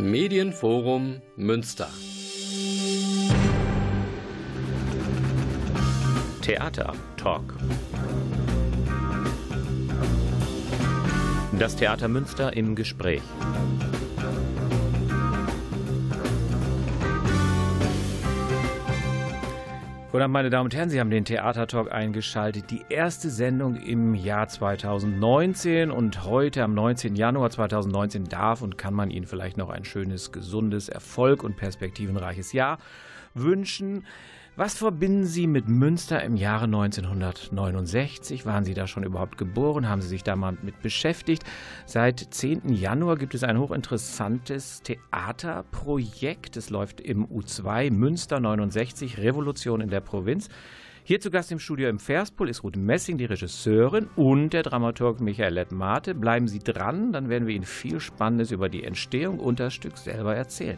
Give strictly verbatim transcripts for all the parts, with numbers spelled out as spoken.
Medienforum Münster. Theater Talk. Das Theater Münster im Gespräch. Guten Abend, meine Damen und Herren, Sie haben den Theater Talk eingeschaltet. Die erste Sendung im Jahr zweitausendneunzehn und heute am neunzehnten Januar zweitausendneunzehn darf und kann man Ihnen vielleicht noch ein schönes, gesundes, Erfolg- und perspektivenreiches Jahr wünschen. Was verbinden Sie mit Münster im Jahre neunzehnhundertneunundsechzig? Waren Sie da schon überhaupt geboren? Haben Sie sich da mal mit beschäftigt? Seit zehnten Januar gibt es ein hochinteressantes Theaterprojekt. Es läuft im U zwei Münster neunundsechzig, Revolution in der Provinz. Hier zu Gast im Studio im Verspool ist Ruth Messing, die Regisseurin, und der Dramaturg Michael Lettmate. Bleiben Sie dran, dann werden wir Ihnen viel Spannendes über die Entstehung und das Stück selber erzählen.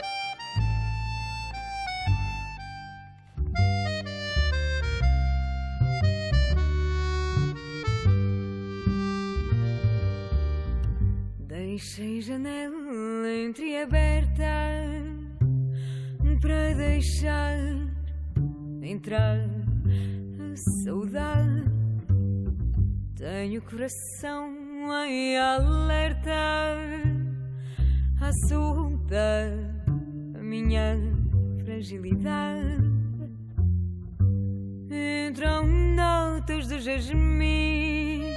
Deixei a janela entreaberta para deixar entrar a saudade. Tenho o coração em alerta, à solta a minha fragilidade. Entram notas de jasmim,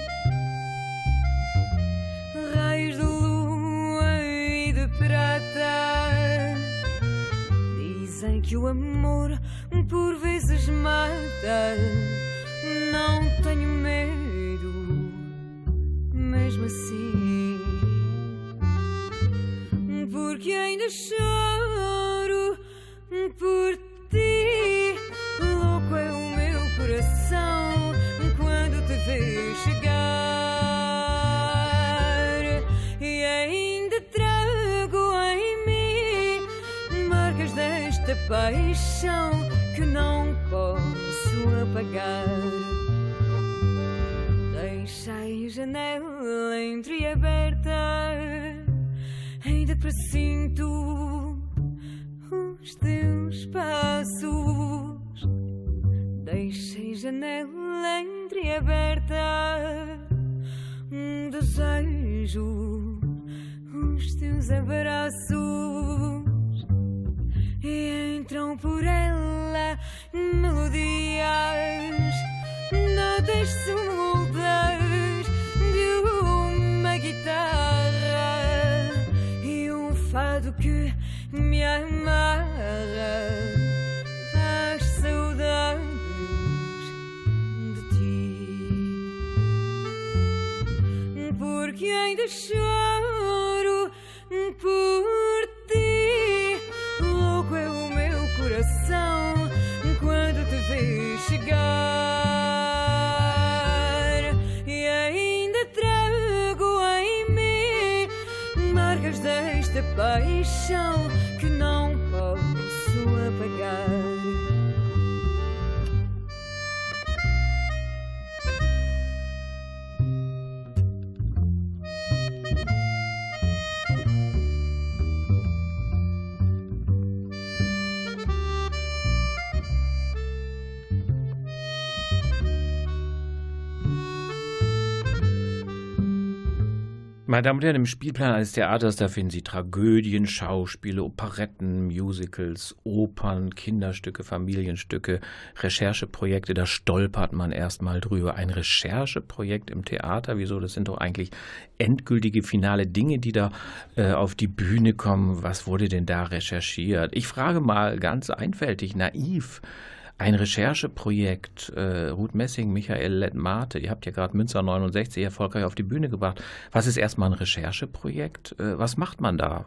raios de lua e de prata. Dizem que o amor por vezes mata. Não tenho medo, mesmo assim, porque ainda choro por ti. Louco é o meu coração quando te vejo chegar. Desta paixão que não posso apagar. Deixei a janela entreaberta, ainda presinto os teus passos. Deixei a janela entreaberta, um desejo, os teus abraços. E entram por ela melodias, notas soltas de uma guitarra e um fado que me amarra às saudades de ti, porque ainda choro por ti. Louco é o meu coração quando te vejo chegar. E ainda trago em mim marcas desta paixão que não posso apagar. Meine Damen und Herren, im Spielplan eines Theaters, da finden Sie Tragödien, Schauspiele, Operetten, Musicals, Opern, Kinderstücke, Familienstücke, Rechercheprojekte. Da stolpert man erstmal drüber. Ein Rechercheprojekt im Theater, wieso? Das sind doch eigentlich endgültige, finale Dinge, die da äh, auf die Bühne kommen. Was wurde denn da recherchiert? Ich frage mal ganz einfältig, naiv. Ein Rechercheprojekt, äh, Ruth Messing, Michael Lettmate, ihr habt ja gerade Münster neunundsechzig erfolgreich auf die Bühne gebracht. Was ist erstmal ein Rechercheprojekt? Äh, was macht man da?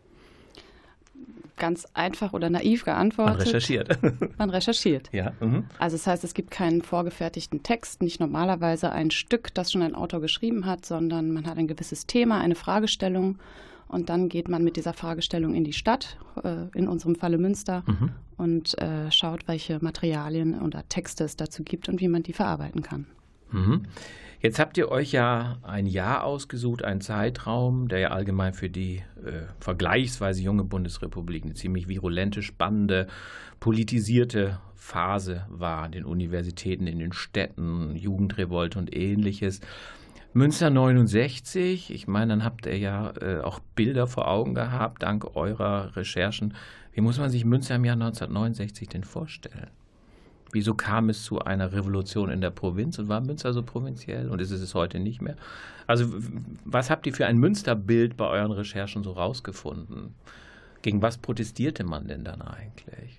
Ganz einfach oder naiv geantwortet. Man recherchiert. Man recherchiert. Ja. Mhm. Also das heißt, es gibt keinen vorgefertigten Text, nicht normalerweise ein Stück, das schon ein Autor geschrieben hat, sondern man hat ein gewisses Thema, eine Fragestellung. Und dann geht man mit dieser Fragestellung in die Stadt, äh, in unserem Falle Münster, mhm. und äh, schaut, welche Materialien oder Texte es dazu gibt und wie man die verarbeiten kann. Mhm. Jetzt habt ihr euch ja ein Jahr ausgesucht, einen Zeitraum, der ja allgemein für die äh, vergleichsweise junge Bundesrepublik eine ziemlich virulente, spannende, politisierte Phase war, in den Universitäten, in den Städten, Jugendrevolte und Ähnliches. Münster neunundsechzig, ich meine, dann habt ihr ja äh, auch Bilder vor Augen gehabt, dank eurer Recherchen. Wie muss man sich Münster im Jahr neunzehnhundertneunundsechzig denn vorstellen? Wieso kam es zu einer Revolution in der Provinz und war Münster so provinziell und ist es es heute nicht mehr? Also was habt ihr für ein Münsterbild bei euren Recherchen so rausgefunden? Gegen was protestierte man denn dann eigentlich?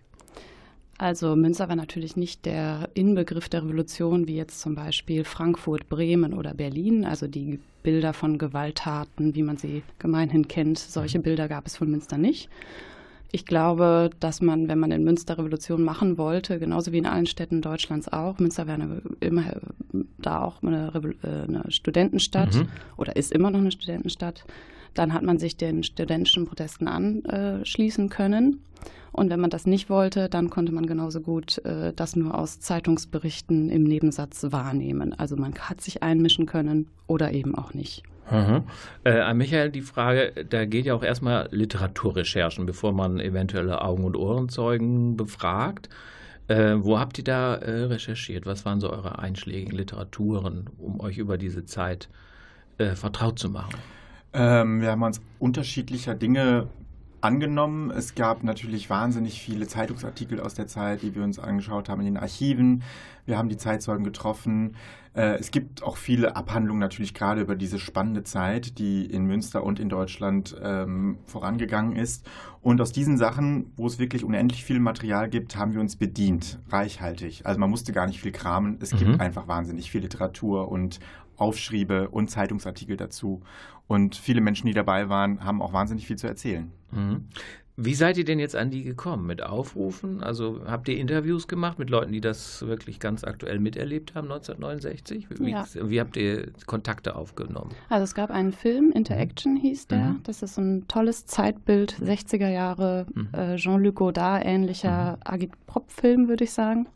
Also Münster war natürlich nicht der Inbegriff der Revolution, wie jetzt zum Beispiel Frankfurt, Bremen oder Berlin. Also die Bilder von Gewalttaten, wie man sie gemeinhin kennt, solche Bilder gab es von Münster nicht. Ich glaube, dass man, wenn man in Münster Revolution machen wollte, genauso wie in allen Städten Deutschlands auch, Münster wäre eine, immer da auch eine, eine Studentenstadt mhm. oder ist immer noch eine Studentenstadt, dann hat man sich den studentischen Protesten anschließen können. Und wenn man das nicht wollte, dann konnte man genauso gut äh, das nur aus Zeitungsberichten im Nebensatz wahrnehmen. Also man hat sich einmischen können oder eben auch nicht. Mhm. Äh, an Michael die Frage, da geht ja auch erstmal Literaturrecherchen, bevor man eventuelle Augen- und Ohrenzeugen befragt. Äh, wo habt ihr da äh, recherchiert? Was waren so eure einschlägigen Literaturen, um euch über diese Zeit äh, vertraut zu machen? Ähm, wir haben uns unterschiedlicher Dinge angenommen. Es gab natürlich wahnsinnig viele Zeitungsartikel aus der Zeit, die wir uns angeschaut haben in den Archiven. Wir haben die Zeitzeugen getroffen. Äh, es gibt auch viele Abhandlungen natürlich gerade über diese spannende Zeit, die in Münster und in Deutschland ähm, vorangegangen ist. Und aus diesen Sachen, wo es wirklich unendlich viel Material gibt, haben wir uns bedient, reichhaltig. Also man musste gar nicht viel kramen. Es mhm. gibt einfach wahnsinnig viel Literatur und Aufschriebe und Zeitungsartikel dazu. Und viele Menschen, die dabei waren, haben auch wahnsinnig viel zu erzählen. Mhm. Wie seid ihr denn jetzt an die gekommen? Mit Aufrufen? Also habt ihr Interviews gemacht mit Leuten, die das wirklich ganz aktuell miterlebt haben, neunzehnhundertneunundsechzig? Wie, Ja. wie habt ihr Kontakte aufgenommen? Also es gab einen Film, Interaction hieß der. Mhm. Das ist ein tolles Zeitbild, sechziger Jahre, Mhm. äh, Jean-Luc Godard ähnlicher Mhm. Agitprop-Film, würde ich sagen.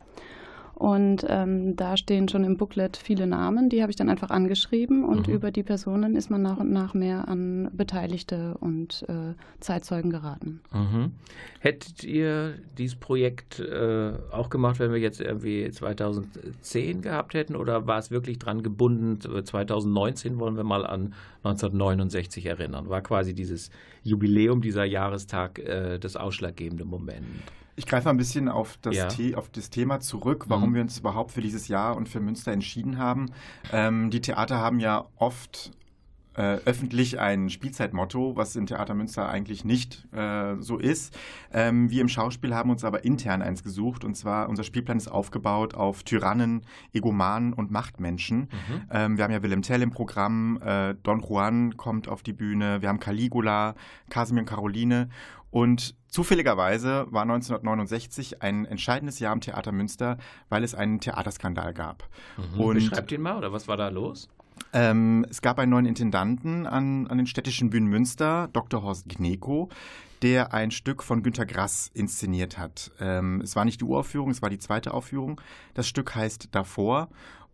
Und ähm, da stehen schon im Booklet viele Namen, die habe ich dann einfach angeschrieben und Mhm. über die Personen ist man nach und nach mehr an Beteiligte und äh, Zeitzeugen geraten. Mhm. Hättet ihr dieses Projekt äh, auch gemacht, wenn wir jetzt irgendwie zweitausendzehn gehabt hätten, oder war es wirklich dran gebunden? zweitausendneunzehn wollen wir mal an neunzehnhundertneunundsechzig erinnern. War quasi dieses Jubiläum, dieser Jahrestag äh, das ausschlaggebende Moment? Ich greife mal ein bisschen auf das, Ja. The- auf das Thema zurück, warum Mhm. wir uns überhaupt für dieses Jahr und für Münster entschieden haben. Ähm, die Theater haben ja oft äh, öffentlich ein Spielzeitmotto, was im Theater Münster eigentlich nicht äh, so ist. Ähm, wir im Schauspiel haben uns aber intern eins gesucht, und zwar unser Spielplan ist aufgebaut auf Tyrannen, Egomanen und Machtmenschen. Mhm. Ähm, wir haben ja Willem Tell im Programm, äh, Don Juan kommt auf die Bühne, wir haben Caligula, Kasimir und Caroline. Und zufälligerweise war neunzehnhundertneunundsechzig ein entscheidendes Jahr im Theater Münster, weil es einen Theaterskandal gab. Mhm. Und Beschreibt ihn mal, oder was war da los? ähm, es gab einen neuen Intendanten an, an den städtischen Bühnen Münster, Doktor Horst Gneko, der ein Stück von Günter Grass inszeniert hat. Ähm, es war nicht die Uraufführung, es war die zweite Aufführung. Das Stück heißt Davor,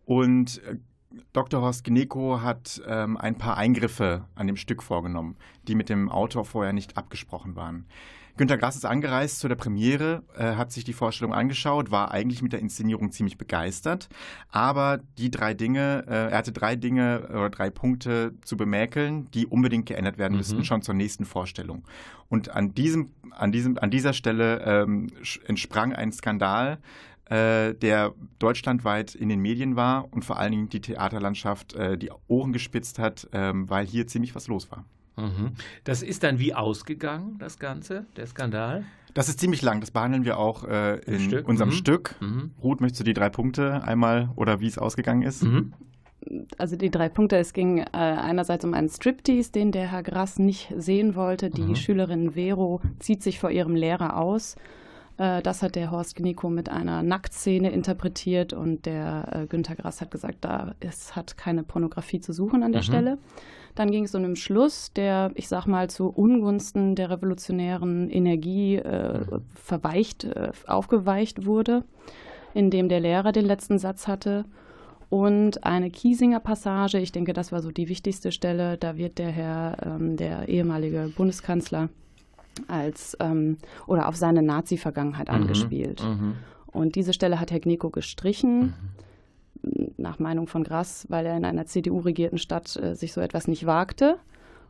und äh, Doktor Horst Gneko hat ähm, ein paar Eingriffe an dem Stück vorgenommen, die mit dem Autor vorher nicht abgesprochen waren. Günter Grass ist angereist zu der Premiere, äh, hat sich die Vorstellung angeschaut, war eigentlich mit der Inszenierung ziemlich begeistert, aber die drei Dinge, äh, er hatte drei Dinge oder drei Punkte zu bemäkeln, die unbedingt geändert werden Mhm. müssten, schon zur nächsten Vorstellung. Und an diesem, an diesem, an dieser Stelle ähm, entsprang ein Skandal, äh, der deutschlandweit in den Medien war und vor allen Dingen die Theaterlandschaft äh, die Ohren gespitzt hat, ähm, weil hier ziemlich was los war. Mhm. Das ist dann wie ausgegangen, das Ganze, der Skandal? Das ist ziemlich lang, das behandeln wir auch äh, in Stück? unserem Mhm. Stück. Mhm. Ruth, möchtest du die drei Punkte einmal oder wie es ausgegangen ist? Mhm. Also die drei Punkte, es ging äh, einerseits um einen Striptease, den der Herr Grass nicht sehen wollte. Die Mhm. Schülerin Vero zieht sich vor ihrem Lehrer aus. Äh, das hat der Horst Gneko mit einer Nacktszene interpretiert und der äh, Günter Grass hat gesagt, da es hat keine Pornografie zu suchen an der Mhm. Stelle. Dann ging es um einen Schluss, der, ich sag mal, zu Ungunsten der revolutionären Energie äh, verweicht, äh, aufgeweicht wurde, in dem der Lehrer den letzten Satz hatte. Und eine Kiesinger Passage, ich denke, das war so die wichtigste Stelle, da wird der Herr, ähm, der ehemalige Bundeskanzler, als ähm, oder auf seine Nazi-Vergangenheit mhm. angespielt. Mhm. Und diese Stelle hat Herr Gneko gestrichen, mhm. nach Meinung von Grass, weil er in einer C D U-regierten Stadt äh, sich so etwas nicht wagte.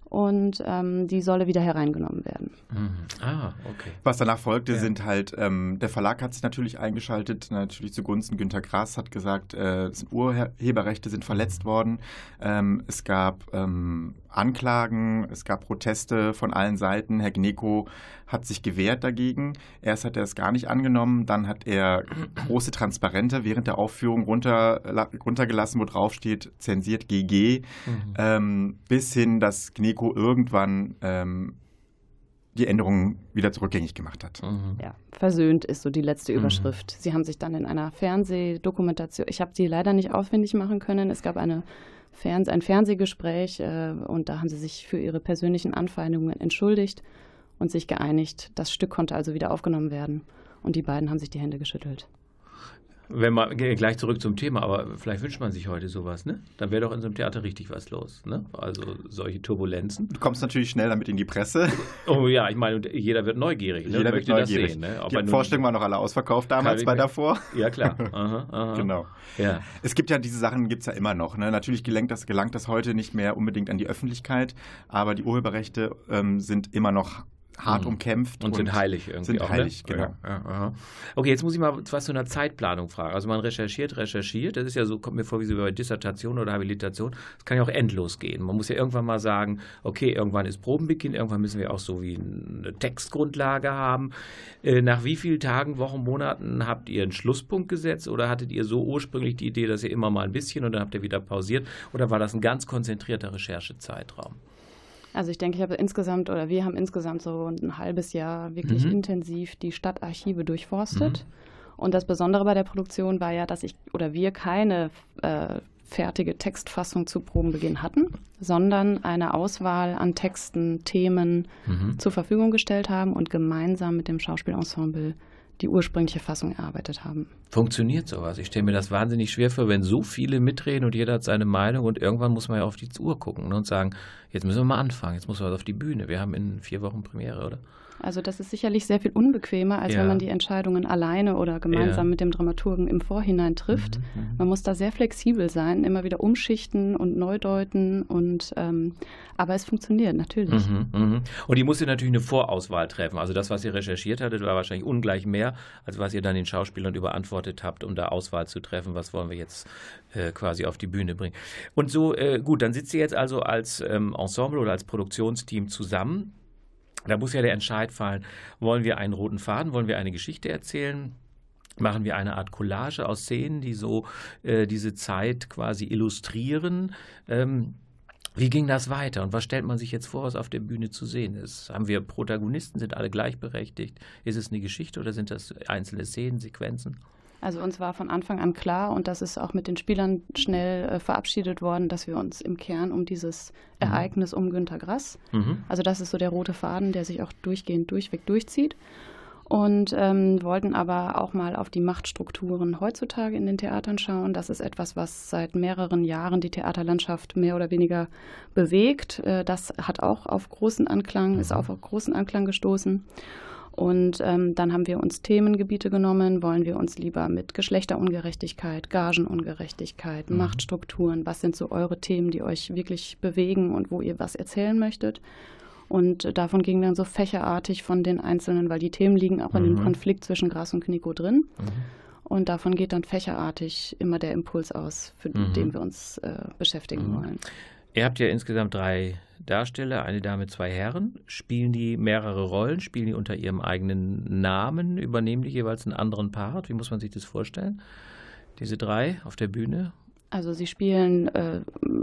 Und ähm, die solle wieder hereingenommen werden. Mhm. Ah, okay. Was danach folgte, ja. sind halt, ähm, der Verlag hat sich natürlich eingeschaltet, natürlich zugunsten. Günter Grass hat gesagt, äh, Urheberrechte sind verletzt worden. Ähm, es gab ähm, Anklagen, es gab Proteste von allen Seiten. Herr Gneko hat sich gewehrt dagegen. Erst hat er es gar nicht angenommen, dann hat er große Transparente während der Aufführung runter, runtergelassen, wo drauf steht, zensiert G G, mhm. ähm, bis hin, dass Gneko irgendwann ähm, die Änderungen wieder zurückgängig gemacht hat. Mhm. Ja, versöhnt ist so die letzte Überschrift. Mhm. Sie haben sich dann in einer Fernsehdokumentation, ich habe sie leider nicht auswendig machen können, es gab eine Fernseh-, ein Fernsehgespräch äh, und da haben sie sich für ihre persönlichen Anfeindungen entschuldigt und sich geeinigt. Das Stück konnte also wieder aufgenommen werden und die beiden haben sich die Hände geschüttelt. Wenn man gleich zurück zum Thema, aber vielleicht wünscht man sich heute sowas, ne? Dann wäre doch in so einem Theater richtig was los, ne? Also solche Turbulenzen. Du kommst natürlich schnell damit in die Presse. Oh ja, ich meine, jeder wird neugierig, ne? Jeder wird neugierig. Sehen, ne? Die Vorstellungen waren noch alle ausverkauft damals bei davor. Ja, klar. Aha, aha. Genau. Ja. Es gibt ja diese Sachen, gibt es ja immer noch, ne? Natürlich gelangt das, gelangt das heute nicht mehr unbedingt an die Öffentlichkeit, aber die Urheberrechte ähm, sind immer noch hart mhm. umkämpft. Und, und sind heilig irgendwie sind auch, heilig, ne? genau. Ja, ja, okay, jetzt muss ich mal was zu einer Zeitplanung fragen. Also man recherchiert, recherchiert, das ist ja so, kommt mir vor wie so bei Dissertation oder Habilitation, das kann ja auch endlos gehen. Man muss ja irgendwann mal sagen, okay, irgendwann ist Probenbeginn, irgendwann müssen wir auch so wie eine Textgrundlage haben. Äh, nach wie vielen Tagen, Wochen, Monaten habt ihr einen Schlusspunkt gesetzt oder hattet ihr so ursprünglich die Idee, dass ihr immer mal ein bisschen und dann habt ihr wieder pausiert oder war das ein ganz konzentrierter Recherchezeitraum? Also ich denke, ich habe insgesamt oder wir haben insgesamt so ein halbes Jahr wirklich mhm. intensiv die Stadtarchive durchforstet. Mhm. Und das Besondere bei der Produktion war ja, dass ich oder wir keine äh, fertige Textfassung zu Probenbeginn hatten, sondern eine Auswahl an Texten, Themen mhm. zur Verfügung gestellt haben und gemeinsam mit dem Schauspielensemble die ursprüngliche Fassung erarbeitet haben. Funktioniert sowas? Ich stelle mir das wahnsinnig schwer vor, wenn so viele mitreden und jeder hat seine Meinung und irgendwann muss man ja auf die Uhr gucken, ne, und sagen, jetzt müssen wir mal anfangen, jetzt muss man auf die Bühne. Wir haben in vier Wochen Premiere, oder? Also das ist sicherlich sehr viel unbequemer, als ja. wenn man die Entscheidungen alleine oder gemeinsam ja. mit dem Dramaturgen im Vorhinein trifft. Mhm, man muss da sehr flexibel sein, immer wieder umschichten und neu deuten. Und, ähm, aber es funktioniert natürlich. Mhm, mh. Und ihr musstet natürlich eine Vorauswahl treffen. Also das, was ihr recherchiert hattet, war wahrscheinlich ungleich mehr, als was ihr dann den Schauspielern überantwortet habt, um da Auswahl zu treffen. Was wollen wir jetzt äh, quasi auf die Bühne bringen? Und so, äh, gut, dann sitzt ihr jetzt also als ähm, Ensemble oder als Produktionsteam zusammen. Da muss ja der Entscheid fallen, wollen wir einen roten Faden, wollen wir eine Geschichte erzählen, machen wir eine Art Collage aus Szenen, die so äh, diese Zeit quasi illustrieren. Ähm, wie ging das weiter und was stellt man sich jetzt vor, was auf der Bühne zu sehen ist? Haben wir Protagonisten, sind alle gleichberechtigt? Ist es eine Geschichte oder sind das einzelne Szenen, Sequenzen? Also uns war von Anfang an klar und das ist auch mit den Spielern schnell äh, verabschiedet worden, dass wir uns im Kern um dieses mhm. Ereignis um Günter Grass, mhm. also das ist so der rote Faden, der sich auch durchgehend durchweg durchzieht und ähm, wollten aber auch mal auf die Machtstrukturen heutzutage in den Theatern schauen. Das ist etwas, was seit mehreren Jahren die Theaterlandschaft mehr oder weniger bewegt. Äh, das hat auch auf großen Anklang, mhm. ist auch auf großen Anklang gestoßen. Und ähm, dann haben wir uns Themengebiete genommen, wollen wir uns lieber mit Geschlechterungerechtigkeit, Gagenungerechtigkeit, mhm. Machtstrukturen, was sind so eure Themen, die euch wirklich bewegen und wo ihr was erzählen möchtet. Und davon ging dann so fächerartig von den Einzelnen, weil die Themen liegen auch mhm. in dem Konflikt zwischen Grass und Gneko drin. Mhm. Und davon geht dann fächerartig immer der Impuls aus, für mhm. den wir uns äh, beschäftigen mhm. wollen. Ihr habt ja insgesamt drei Darsteller, eine Dame, zwei Herren. Spielen die mehrere Rollen? Spielen die unter ihrem eigenen Namen? Übernehmen die jeweils einen anderen Part? Wie muss man sich das vorstellen? Diese drei auf der Bühne? Also sie spielen äh,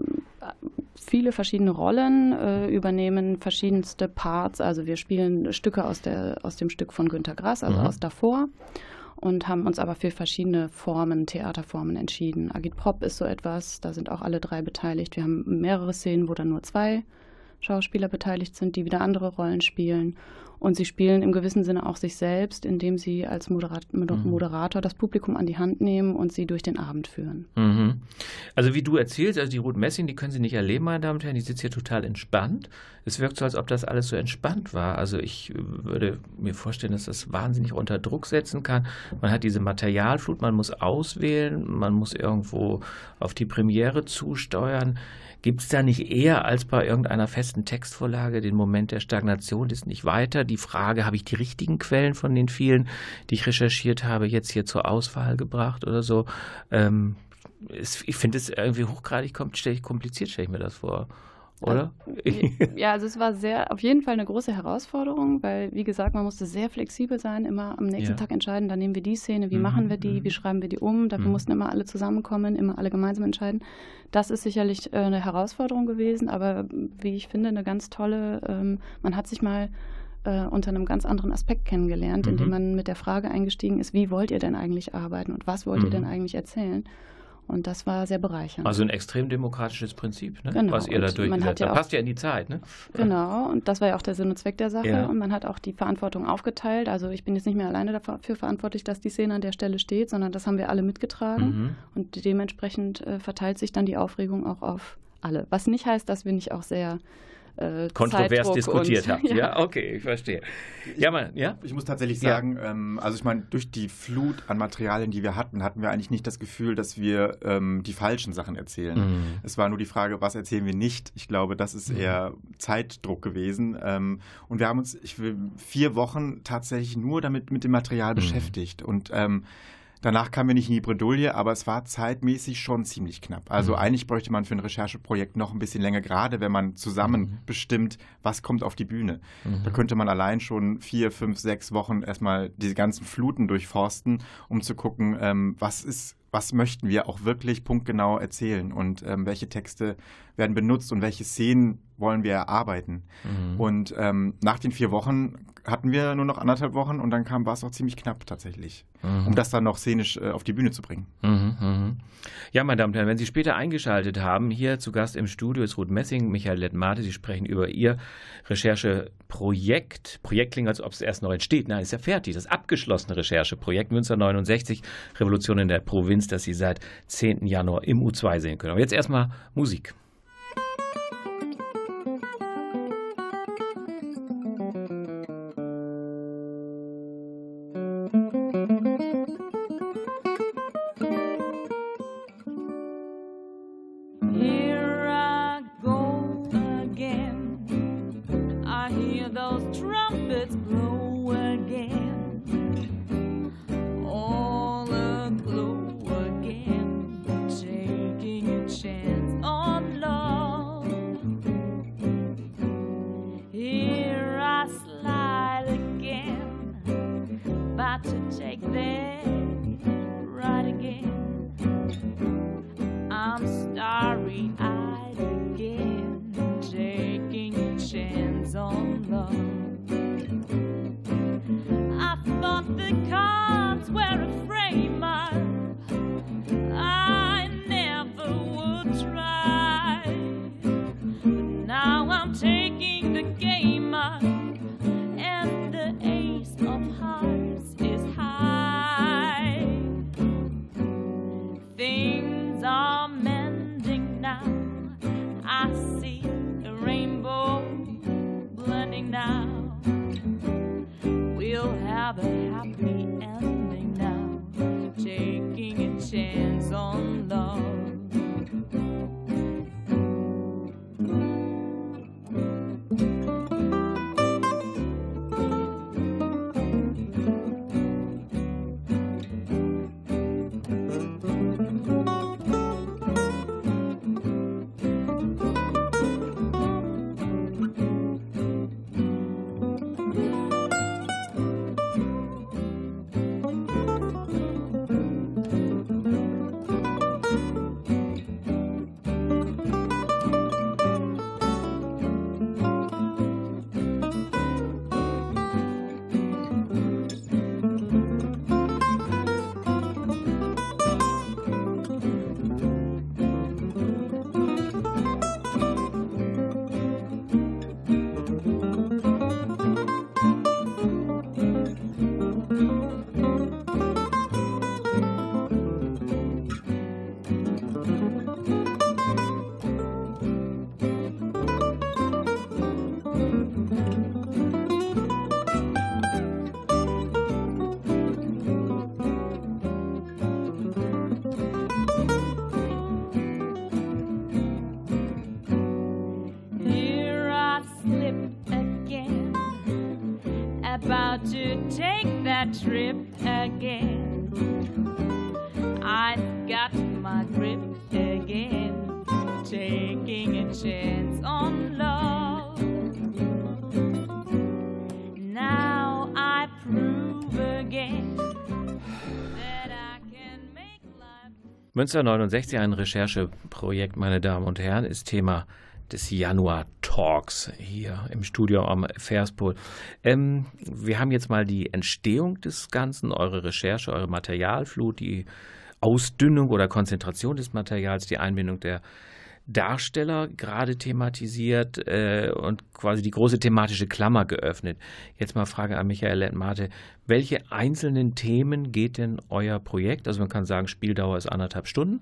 viele verschiedene Rollen, äh, übernehmen verschiedenste Parts. Also wir spielen Stücke aus, der, aus dem Stück von Günter Grass, also mhm. aus davor. Und haben uns aber für verschiedene Formen, Theaterformen entschieden. Agitprop ist so etwas, da sind auch alle drei beteiligt. Wir haben mehrere Szenen, wo dann nur zwei Schauspieler beteiligt sind, die wieder andere Rollen spielen. Und sie spielen im gewissen Sinne auch sich selbst, indem sie als Moderat- Moderator das Publikum an die Hand nehmen und sie durch den Abend führen. Mhm. Also wie du erzählst, also die Ruth Messing, die können Sie nicht erleben, meine Damen und Herren, die sitzt hier total entspannt. Es wirkt so, als ob das alles so entspannt war. Also ich würde mir vorstellen, dass das wahnsinnig unter Druck setzen kann. Man hat diese Materialflut, man muss auswählen, man muss irgendwo auf die Premiere zusteuern. Gibt es da nicht eher als bei irgendeiner festen Textvorlage den Moment der Stagnation, ist nicht weiter? Die Frage, habe ich die richtigen Quellen von den vielen, die ich recherchiert habe, jetzt hier zur Auswahl gebracht oder so? Ähm, es, ich finde es irgendwie hochgradig kompliziert, stelle ich mir das vor. Oder? Also, ja, also es war sehr, auf jeden Fall eine große Herausforderung, weil, wie gesagt, man musste sehr flexibel sein, immer am nächsten ja. Tag entscheiden, dann nehmen wir die Szene, wie mhm. machen wir die, wie schreiben wir die um, dafür mhm. mussten immer alle zusammenkommen, immer alle gemeinsam entscheiden. Das ist sicherlich äh, eine Herausforderung gewesen, aber wie ich finde, eine ganz tolle, ähm, man hat sich mal äh, unter einem ganz anderen Aspekt kennengelernt, mhm. indem man mit der Frage eingestiegen ist, wie wollt ihr denn eigentlich arbeiten und was wollt mhm. ihr denn eigentlich erzählen? Und das war sehr bereichernd. Also ein extrem demokratisches Prinzip, ne? Genau. Was ihr da durchgesetzt habt. Ja passt ja in die Zeit, ne? Genau, und das war ja auch der Sinn und Zweck der Sache. Ja. Und man hat auch die Verantwortung aufgeteilt. Also ich bin jetzt nicht mehr alleine dafür verantwortlich, dass die Szene an der Stelle steht, sondern das haben wir alle mitgetragen. Mhm. Und dementsprechend äh, verteilt sich dann die Aufregung auch auf alle. Was nicht heißt, dass wir nicht auch sehr Äh, kontrovers Zeitdruck diskutiert und, habt. Ja. ja, okay, ich verstehe. Ja, man, ja? Ich muss tatsächlich sagen, ja. ähm, also ich meine, durch die Flut an Materialien, die wir hatten, hatten wir eigentlich nicht das Gefühl, dass wir ähm, die falschen Sachen erzählen. Mhm. Es war nur die Frage, was erzählen wir nicht? Ich glaube, das ist mhm. eher Zeitdruck gewesen. Ähm, und wir haben uns ich will, vier Wochen tatsächlich nur damit mit dem Material mhm. beschäftigt. Und ähm, danach kamen wir nicht in die Bredouille, aber es war zeitmäßig schon ziemlich knapp. Also mhm. eigentlich bräuchte man für ein Rechercheprojekt noch ein bisschen länger, gerade wenn man zusammen mhm. bestimmt, was kommt auf die Bühne. Mhm. Da könnte man allein schon vier, fünf, sechs Wochen erstmal diese ganzen Fluten durchforsten, um zu gucken, ähm, was ist, was möchten wir auch wirklich punktgenau erzählen und ähm, welche Texte werden benutzt und welche Szenen wollen wir erarbeiten. Mhm. Und ähm, nach den vier Wochen hatten wir nur noch anderthalb Wochen und dann kam, war es auch ziemlich knapp tatsächlich, mhm. um das dann noch szenisch äh, auf die Bühne zu bringen. Mhm, mhm. Ja, meine Damen und Herren, wenn Sie später eingeschaltet haben, hier zu Gast im Studio ist Ruth Messing, Michael Lettmate. Sie sprechen über Ihr Rechercheprojekt. Projekt klingt, als ob es erst noch entsteht. Nein, ist ja fertig. Das abgeschlossene Rechercheprojekt Münster neunundsechzig, Revolution in der Provinz, das Sie seit zehnten Januar im U zwei sehen können. Aber jetzt erstmal Musik. to take that trip again. I've got my grip again, taking a chance on love. Now I prove again that I can make life. Münster neunundsechzig, ein Rechercheprojekt, meine Damen und Herren, ist Thema des Januar-Talks hier im Studio am Verspol. Ähm, wir haben jetzt mal die Entstehung des Ganzen, eure Recherche, eure Materialflut, die Ausdünnung oder Konzentration des Materials, die Einbindung der Darsteller gerade thematisiert äh, und quasi die große thematische Klammer geöffnet. Jetzt mal Frage an Michael Lentmate. Welche einzelnen Themen geht denn euer Projekt? Also man kann sagen, Spieldauer ist anderthalb Stunden.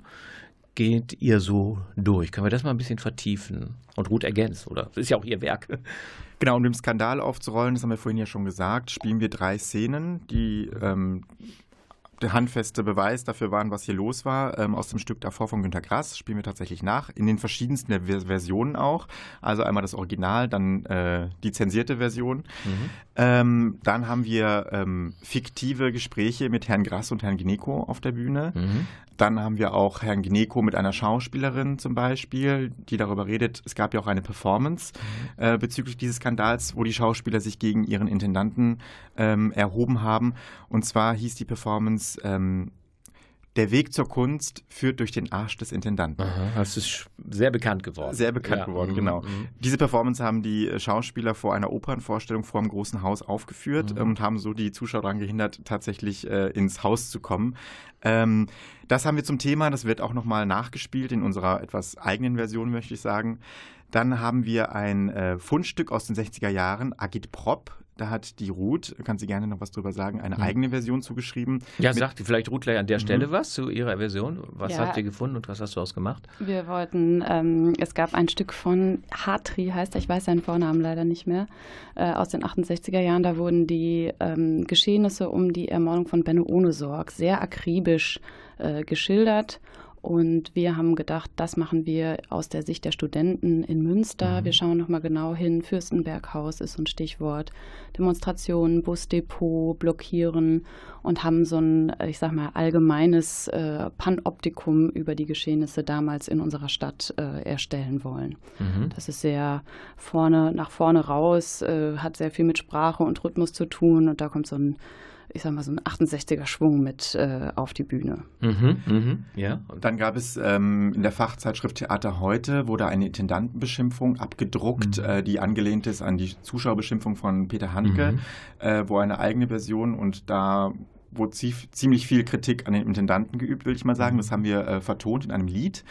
Geht ihr so durch? Können wir das mal ein bisschen vertiefen? Und Ruth ergänzt, oder? Das ist ja auch ihr Werk. Genau, um den Skandal aufzurollen, das haben wir vorhin ja schon gesagt, spielen wir drei Szenen, die ähm, der handfeste Beweis dafür waren, was hier los war. Ähm, aus dem Stück davor von Günter Grass spielen wir tatsächlich nach, in den verschiedensten Ver- Versionen auch. Also einmal das Original, dann äh, die zensierte Version. Mhm. Ähm, dann haben wir ähm, fiktive Gespräche mit Herrn Grass und Herrn Gneko auf der Bühne. Mhm. Dann haben wir auch Herrn Gneko mit einer Schauspielerin zum Beispiel, die darüber redet. Es gab ja auch eine Performance mhm. äh, bezüglich dieses Skandals, wo die Schauspieler sich gegen ihren Intendanten ähm, erhoben haben. Und zwar hieß die Performance ähm, Der Weg zur Kunst führt durch den Arsch des Intendanten. Aha, das ist sehr bekannt geworden. Sehr bekannt ja. geworden, genau. Mhm. Diese Performance haben die Schauspieler vor einer Opernvorstellung vor einem großen Haus aufgeführt mhm. und haben so die Zuschauer daran gehindert, tatsächlich äh, ins Haus zu kommen. Ähm, das haben wir zum Thema, das wird auch nochmal nachgespielt in unserer etwas eigenen Version, möchte ich sagen. Dann haben wir ein äh, Fundstück aus den sechziger Jahren, Agitprop. Da hat die Ruth, kann sie gerne noch was drüber sagen, eine mhm. eigene Version zugeschrieben. Ja, sagt vielleicht Ruth gleich an der Stelle mhm. was zu ihrer Version. Was ja. habt ihr gefunden und was hast du ausgemacht? Wir wollten, ähm, es gab ein Stück von Hartri, heißt er, ich weiß seinen Vornamen leider nicht mehr, äh, aus den achtundsechziger Jahren. Da wurden die ähm, Geschehnisse um die Ermordung von Benno Ohnesorg sehr akribisch äh, geschildert. Und wir haben gedacht, das machen wir aus der Sicht der Studenten in Münster. Mhm. Wir schauen nochmal genau hin. Fürstenberghaus ist so ein Stichwort. Demonstrationen, Busdepot, Blockieren und haben so ein, ich sag mal, allgemeines äh, Panoptikum über die Geschehnisse damals in unserer Stadt äh, erstellen wollen. Mhm. Das ist sehr vorne, nach vorne raus, äh, hat sehr viel mit Sprache und Rhythmus zu tun. Und da kommt so ein ich sag mal, so ein achtundsechziger Schwung mit äh, auf die Bühne. Mhm, mhm, ja. Und dann gab es ähm, in der Fachzeitschrift Theater heute, wurde eine Intendantenbeschimpfung abgedruckt, mhm. äh, die angelehnt ist an die Zuschauerbeschimpfung von Peter Handke, mhm. äh, wo eine eigene Version und da wurde zie- ziemlich viel Kritik an den Intendanten geübt, will ich mal sagen. Das haben wir äh, vertont in einem Lied.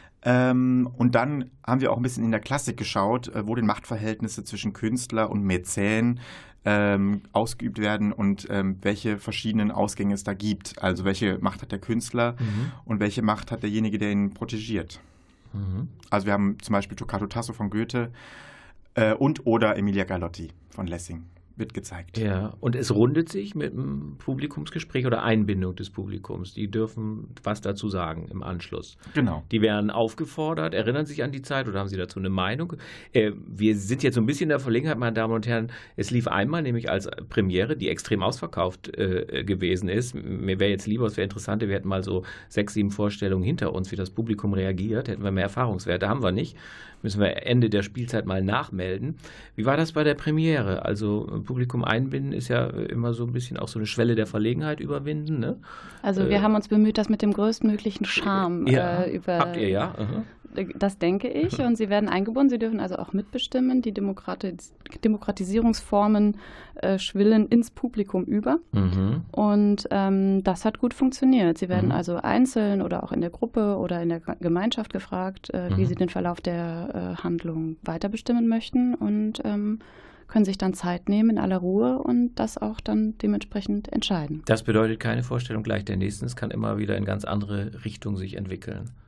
Ähm, und dann haben wir auch ein bisschen in der Klassik geschaut, äh, wo die Machtverhältnisse zwischen Künstler und Mäzen ähm, ausgeübt werden und ähm, welche verschiedenen Ausgänge es da gibt. Also welche Macht hat der Künstler mhm. und welche Macht hat derjenige, der ihn protegiert. Mhm. Also wir haben zum Beispiel Toccato Tasso von Goethe äh, und oder Emilia Galotti von Lessing. Wird gezeigt. Ja, und es rundet sich mit einem Publikumsgespräch oder Einbindung des Publikums. Die dürfen was dazu sagen im Anschluss. Genau. Die werden aufgefordert, erinnern sich an die Zeit oder haben sie dazu eine Meinung? Äh, wir sind jetzt so ein bisschen in der Verlegenheit, meine Damen und Herren. Es lief einmal, nämlich als Premiere, die extrem ausverkauft äh, gewesen ist. Mir wäre jetzt lieber, es wäre interessanter, wir hätten mal so sechs, sieben Vorstellungen hinter uns, wie das Publikum reagiert. Hätten wir mehr Erfahrungswerte, haben wir nicht. Müssen wir Ende der Spielzeit mal nachmelden. Wie war das bei der Premiere? Also Publikum einbinden ist ja immer so ein bisschen auch so eine Schwelle der Verlegenheit überwinden, ne? Also wir äh, haben uns bemüht, das mit dem größtmöglichen Charme ja, äh, über... Habt ihr, ja? Aha. Das denke ich. Und sie werden eingebunden. Sie dürfen also auch mitbestimmen. Die Demokratis- Demokratisierungsformen äh, schwillen ins Publikum über. Mhm. Und ähm, das hat gut funktioniert. Sie werden mhm. also einzeln oder auch in der Gruppe oder in der Gemeinschaft gefragt, äh, mhm. wie sie den Verlauf der äh, Handlung weiter bestimmen möchten und ähm, können sich dann Zeit nehmen in aller Ruhe und das auch dann dementsprechend entscheiden. Das bedeutet keine Vorstellung gleich der nächsten. Es kann immer wieder in ganz andere Richtungen sich entwickeln.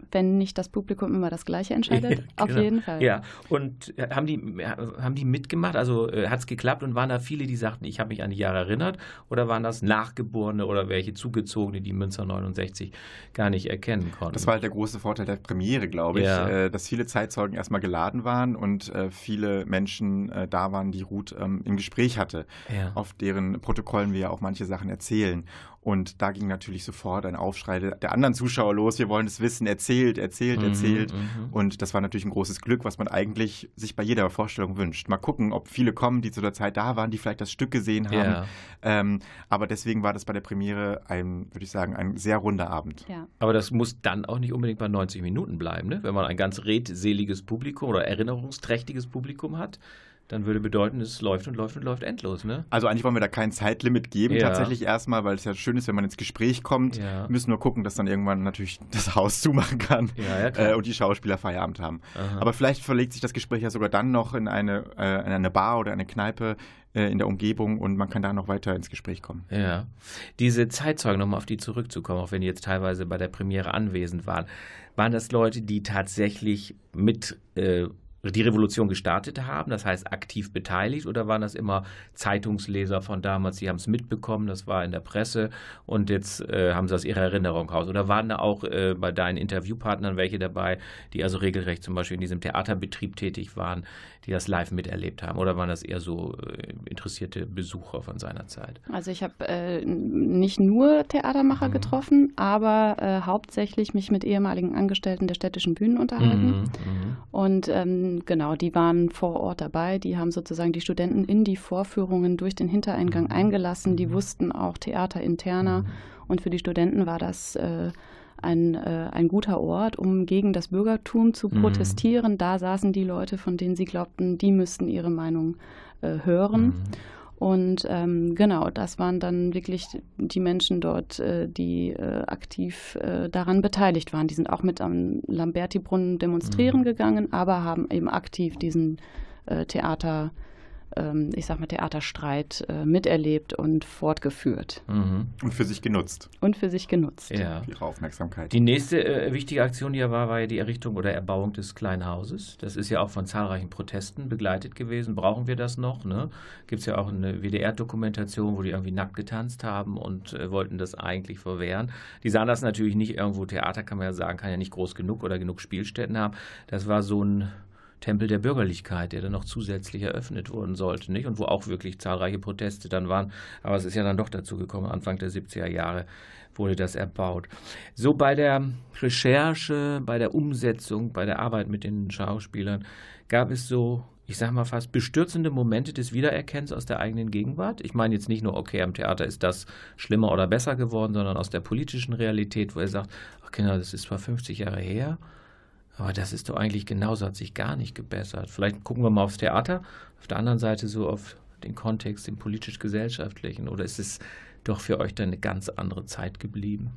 wenn nicht das Publikum immer das Gleiche entscheidet, Ja, auf genau. jeden Fall. Ja, und haben die, haben die mitgemacht? Also äh, hat es geklappt und waren da viele, die sagten, ich habe mich an die Jahre erinnert? Oder waren das Nachgeborene oder welche Zugezogene, die Münster neunundsechzig gar nicht erkennen konnten? Das war halt der große Vorteil der Premiere, glaube ich, Ja. äh, dass viele Zeitzeugen erstmal geladen waren und äh, viele Menschen äh, da waren, die Ruth ähm, im Gespräch hatte, Ja. auf deren Protokollen wir ja auch manche Sachen erzählen. Und da ging natürlich sofort ein Aufschrei der anderen Zuschauer los, wir wollen es wissen, erzählt, erzählt, Mhm, erzählt. mhm. Und das war natürlich ein großes Glück, was man eigentlich sich bei jeder Vorstellung wünscht. Mal gucken, ob viele kommen, die zu der Zeit da waren, die vielleicht das Stück gesehen haben. Ja. Ähm, aber deswegen war das bei der Premiere ein, würde ich sagen, ein sehr runder Abend. Ja. Aber das muss dann auch nicht unbedingt bei neunzig Minuten bleiben, ne? Wenn man ein ganz redseliges Publikum oder erinnerungsträchtiges Publikum hat, dann würde bedeuten, es läuft und läuft und läuft endlos, ne? Also eigentlich wollen wir da kein Zeitlimit geben, Ja. tatsächlich erstmal, weil es ja schön ist, wenn man ins Gespräch kommt. Ja. Wir müssen nur gucken, dass dann irgendwann natürlich das Haus zumachen kann Ja, ja, klar. äh, und die Schauspieler Feierabend haben. Aha. Aber vielleicht verlegt sich das Gespräch ja sogar dann noch in eine, äh, in eine Bar oder eine Kneipe äh, in der Umgebung und man kann da noch weiter ins Gespräch kommen. Ja, diese Zeitzeugen, nochmal auf die zurückzukommen, auch wenn die jetzt teilweise bei der Premiere anwesend waren, waren das Leute, die tatsächlich mit äh, die Revolution gestartet haben, das heißt aktiv beteiligt, oder waren das immer Zeitungsleser von damals, die haben es mitbekommen, das war in der Presse und jetzt äh, haben sie aus ihrer Erinnerung raus? Oder waren da auch äh, bei deinen Interviewpartnern welche dabei, die also regelrecht zum Beispiel in diesem Theaterbetrieb tätig waren, die das live miterlebt haben? Oder waren das eher so äh, interessierte Besucher von seiner Zeit? Also ich habe äh, nicht nur Theatermacher Mhm. getroffen, aber äh, hauptsächlich mich mit ehemaligen Angestellten der städtischen Bühnen unterhalten. Mhm, mhm. Und ähm, genau, die waren vor Ort dabei. Die haben sozusagen die Studenten in die Vorführungen durch den Hintereingang eingelassen. Die wussten auch Theater interner. Und für die Studenten war das äh, ein, äh, ein guter Ort, um gegen das Bürgertum zu Mhm. protestieren. Da saßen die Leute, von denen sie glaubten, die müssten ihre Meinung äh, hören. Mhm. Und ähm, genau, das waren dann wirklich die Menschen dort, äh, die äh, aktiv äh, daran beteiligt waren. Die sind auch mit am Lamberti-Brunnen demonstrieren Mhm. gegangen, aber haben eben aktiv diesen äh, Theater, ähm, ich sag mal Theaterstreit äh, miterlebt und fortgeführt Mhm. Und für sich genutzt, und für sich genutzt. Ja. für ihre Aufmerksamkeit. Die nächste äh, wichtige Aktion, die ja war, war ja die Errichtung oder Erbauung des Kleinen Hauses. Das ist ja auch von zahlreichen Protesten begleitet gewesen. Brauchen wir das noch? Ne? Gibt es ja auch eine W D R-Dokumentation, wo die irgendwie nackt getanzt haben und äh, wollten das eigentlich verwehren. Die sahen das natürlich nicht irgendwo, Theater kann man ja sagen, kann ja nicht groß genug oder genug Spielstätten haben. Das war so ein Tempel der Bürgerlichkeit, der dann noch zusätzlich eröffnet worden sollte, nicht? Und wo auch wirklich zahlreiche Proteste dann waren. Aber es ist ja dann doch dazu gekommen, Anfang der siebziger Jahre wurde das erbaut. So bei der Recherche, bei der Umsetzung, bei der Arbeit mit den Schauspielern gab es so, ich sag mal fast bestürzende Momente des Wiedererkennens aus der eigenen Gegenwart. Ich meine jetzt nicht nur, okay, am Theater ist das schlimmer oder besser geworden, sondern aus der politischen Realität, wo er sagt, ach Kinder, das ist zwar fünfzig Jahre her, aber das ist doch eigentlich genauso, hat sich gar nicht gebessert. Vielleicht gucken wir mal aufs Theater, auf der anderen Seite so auf den Kontext, den politisch-gesellschaftlichen. Oder ist es doch für euch dann eine ganz andere Zeit geblieben?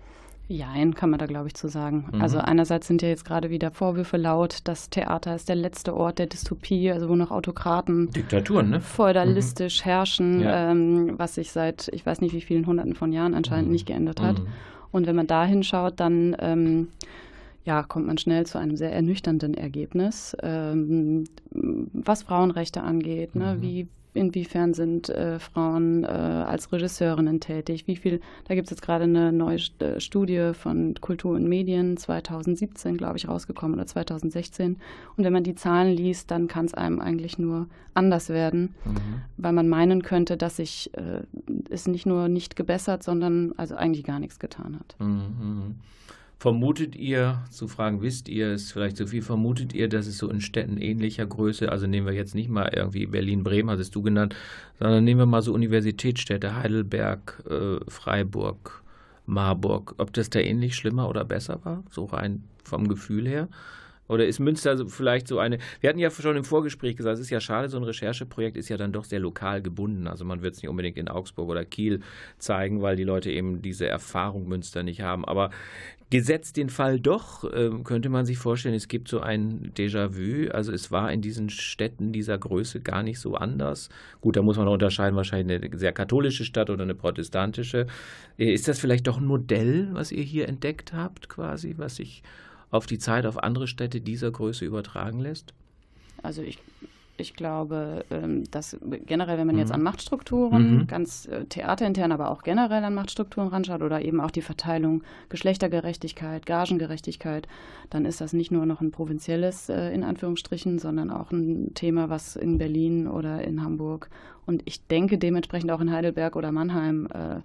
Jein, kann man da, glaube ich, zu sagen. Mhm. Also einerseits sind ja jetzt gerade wieder Vorwürfe laut, das Theater ist der letzte Ort der Dystopie, also wo noch Autokraten Diktaturen, ne? feudalistisch herrschen, Ja. ähm, was sich seit, ich weiß nicht wie vielen Hunderten von Jahren anscheinend Mhm. nicht geändert hat. Mhm. Und wenn man da hinschaut, dann ähm, ja, kommt man schnell zu einem sehr ernüchternden Ergebnis, ähm, was Frauenrechte angeht, ne? Mhm. Wie inwiefern sind äh, Frauen äh, als Regisseurinnen tätig, wie viel, da gibt es jetzt gerade eine neue St- äh, Studie von Kultur und Medien, zweitausendsiebzehn, glaube ich, rausgekommen oder zweitausendsechzehn. Und wenn man die Zahlen liest, dann kann es einem eigentlich nur anders werden, Mhm. weil man meinen könnte, dass sich äh, es nicht nur nicht gebessert, sondern also eigentlich gar nichts getan hat. Mhm, mhm. Vermutet ihr, zu fragen, wisst ihr, ist vielleicht zu viel, vermutet ihr, dass es so in Städten ähnlicher Größe, also nehmen wir jetzt nicht mal irgendwie Berlin, Bremen, hattest du genannt, sondern nehmen wir mal so Universitätsstädte, Heidelberg, äh, Freiburg, Marburg, ob das da ähnlich schlimmer oder besser war, so rein vom Gefühl her? Oder ist Münster so vielleicht so eine, wir hatten ja schon im Vorgespräch gesagt, es ist ja schade, so ein Rechercheprojekt ist ja dann doch sehr lokal gebunden. Also man wird es nicht unbedingt in Augsburg oder Kiel zeigen, weil die Leute eben diese Erfahrung Münster nicht haben. Aber gesetzt den Fall doch, äh, könnte man sich vorstellen, es gibt so ein Déjà-vu. Also es war in diesen Städten dieser Größe gar nicht so anders. Gut, da muss man noch unterscheiden, wahrscheinlich eine sehr katholische Stadt oder eine protestantische. Äh, Ist das vielleicht doch ein Modell, was ihr hier entdeckt habt quasi, was sich auf die Zeit auf andere Städte dieser Größe übertragen lässt? Also ich, ich glaube, dass generell, wenn man jetzt an Machtstrukturen, mhm. ganz theaterintern, aber auch generell an Machtstrukturen ranschaut oder eben auch die Verteilung Geschlechtergerechtigkeit, Gagengerechtigkeit, dann ist das nicht nur noch ein provinzielles, in Anführungsstrichen, sondern auch ein Thema, was in Berlin oder in Hamburg und ich denke dementsprechend auch in Heidelberg oder Mannheim äh,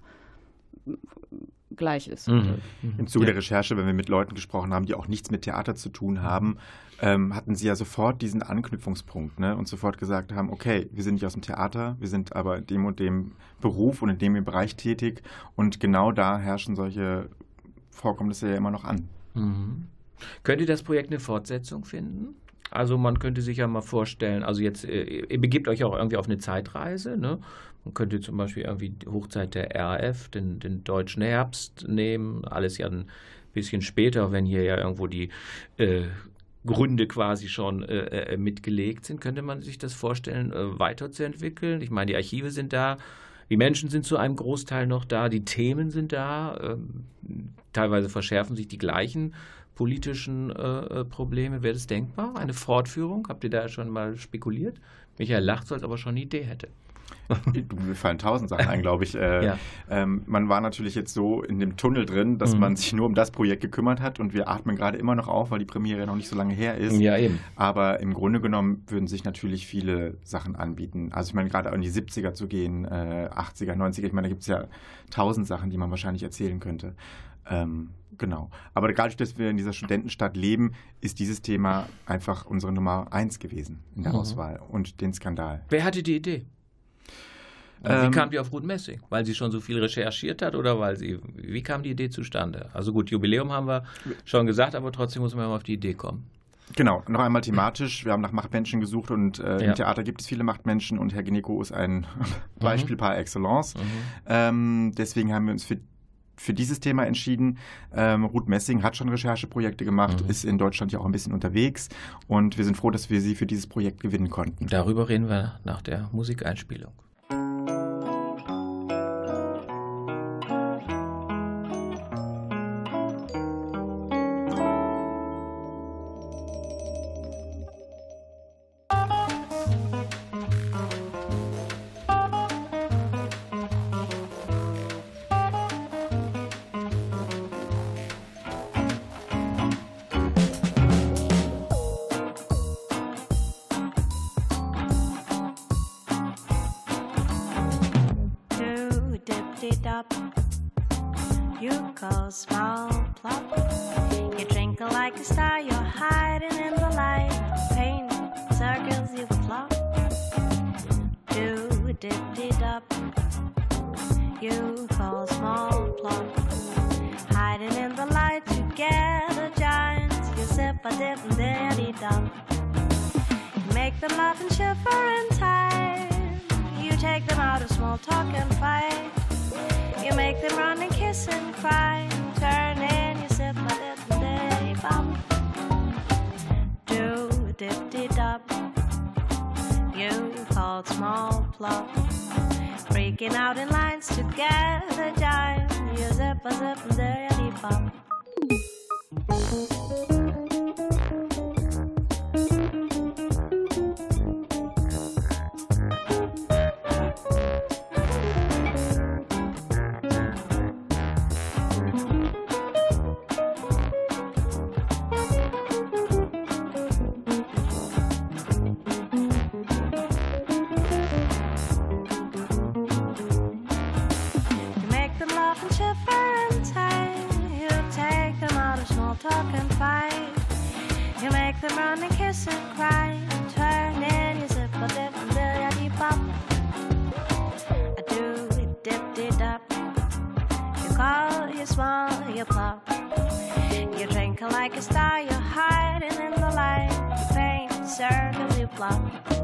gleich ist. Mhm. Im Zuge ja. der Recherche, wenn wir mit Leuten gesprochen haben, die auch nichts mit Theater zu tun haben, ähm, hatten sie ja sofort diesen Anknüpfungspunkt, ne? Und sofort gesagt haben, okay, wir sind nicht aus dem Theater, wir sind aber in dem und dem Beruf und in dem Bereich tätig und genau da herrschen solche Vorkommnisse ja immer noch an. Mhm. Könnte das Projekt eine Fortsetzung finden? Also man könnte sich ja mal vorstellen, also jetzt, ihr begebt euch auch irgendwie auf eine Zeitreise, ne? Man könnte zum Beispiel irgendwie die Hochzeit der R A F, den, den deutschen Herbst nehmen, alles ja ein bisschen später, wenn hier ja irgendwo die äh, Gründe quasi schon äh, mitgelegt sind. Könnte man sich das vorstellen, äh, weiterzuentwickeln? Ich meine, die Archive sind da, die Menschen sind zu einem Großteil noch da, die Themen sind da, äh, teilweise verschärfen sich die gleichen politischen äh, Probleme. Wäre das denkbar? Eine Fortführung? Habt ihr da schon mal spekuliert? Michael lacht so, als ob er schon eine Idee hätte. Du, mir fallen tausend Sachen ein, glaube ich. Äh, ja. ähm, man war natürlich jetzt so in dem Tunnel drin, dass mhm. man sich nur um das Projekt gekümmert hat und wir atmen gerade immer noch auf, weil die Premiere noch nicht so lange her ist. Ja, eben. Aber im Grunde genommen würden sich natürlich viele Sachen anbieten. Also ich meine, gerade in die siebziger zu gehen, äh, achtziger, neunziger, ich meine, da gibt es ja tausend Sachen, die man wahrscheinlich erzählen könnte. Ähm, genau. Aber gerade, dass wir in dieser Studentenstadt leben, ist dieses Thema einfach unsere Nummer eins gewesen in der mhm. Auswahl und den Skandal. Wer hatte die Idee? Wie kam die auf Ruth Messing? Weil sie schon so viel recherchiert hat oder weil sie, wie kam die Idee zustande? Also gut, Jubiläum haben wir schon gesagt, aber trotzdem muss man mal auf die Idee kommen. Genau, noch einmal thematisch. Wir haben nach Machtmenschen gesucht und äh, ja. im Theater gibt es viele Machtmenschen und Herr Gneko ist ein Beispiel mhm. par excellence. Mhm. Ähm, deswegen haben wir uns für für dieses Thema entschieden. Ähm, Ruth Messing hat schon Rechercheprojekte gemacht, mhm. ist in Deutschland ja auch ein bisschen unterwegs und wir sind froh, dass wir sie für dieses Projekt gewinnen konnten. Darüber reden wir nach der Musikeinspielung. You call small plop. You twinkle like a star, you're hiding in the light. Paint circles you plop. Do a dip dip up. You call small plop. Hiding in the light together, giants. You sip a dip and daddy dum. Make them laugh and shiver in time. You take them out of small talk and fight. You make them run and kiss and cry. Turn in, you sip a dip and daddy bum. Do a dip dip up. You called small plop. Freaking out in lines together, giant. You zip a zip and daddy bum. Talk and fight. You make them run and kiss and cry. Turn in, you sip a dip and dilly pop. I do it dip dip up. You call, you small, you plop. You twinkle like a star, you're hiding in the light. You paint circles, you plop.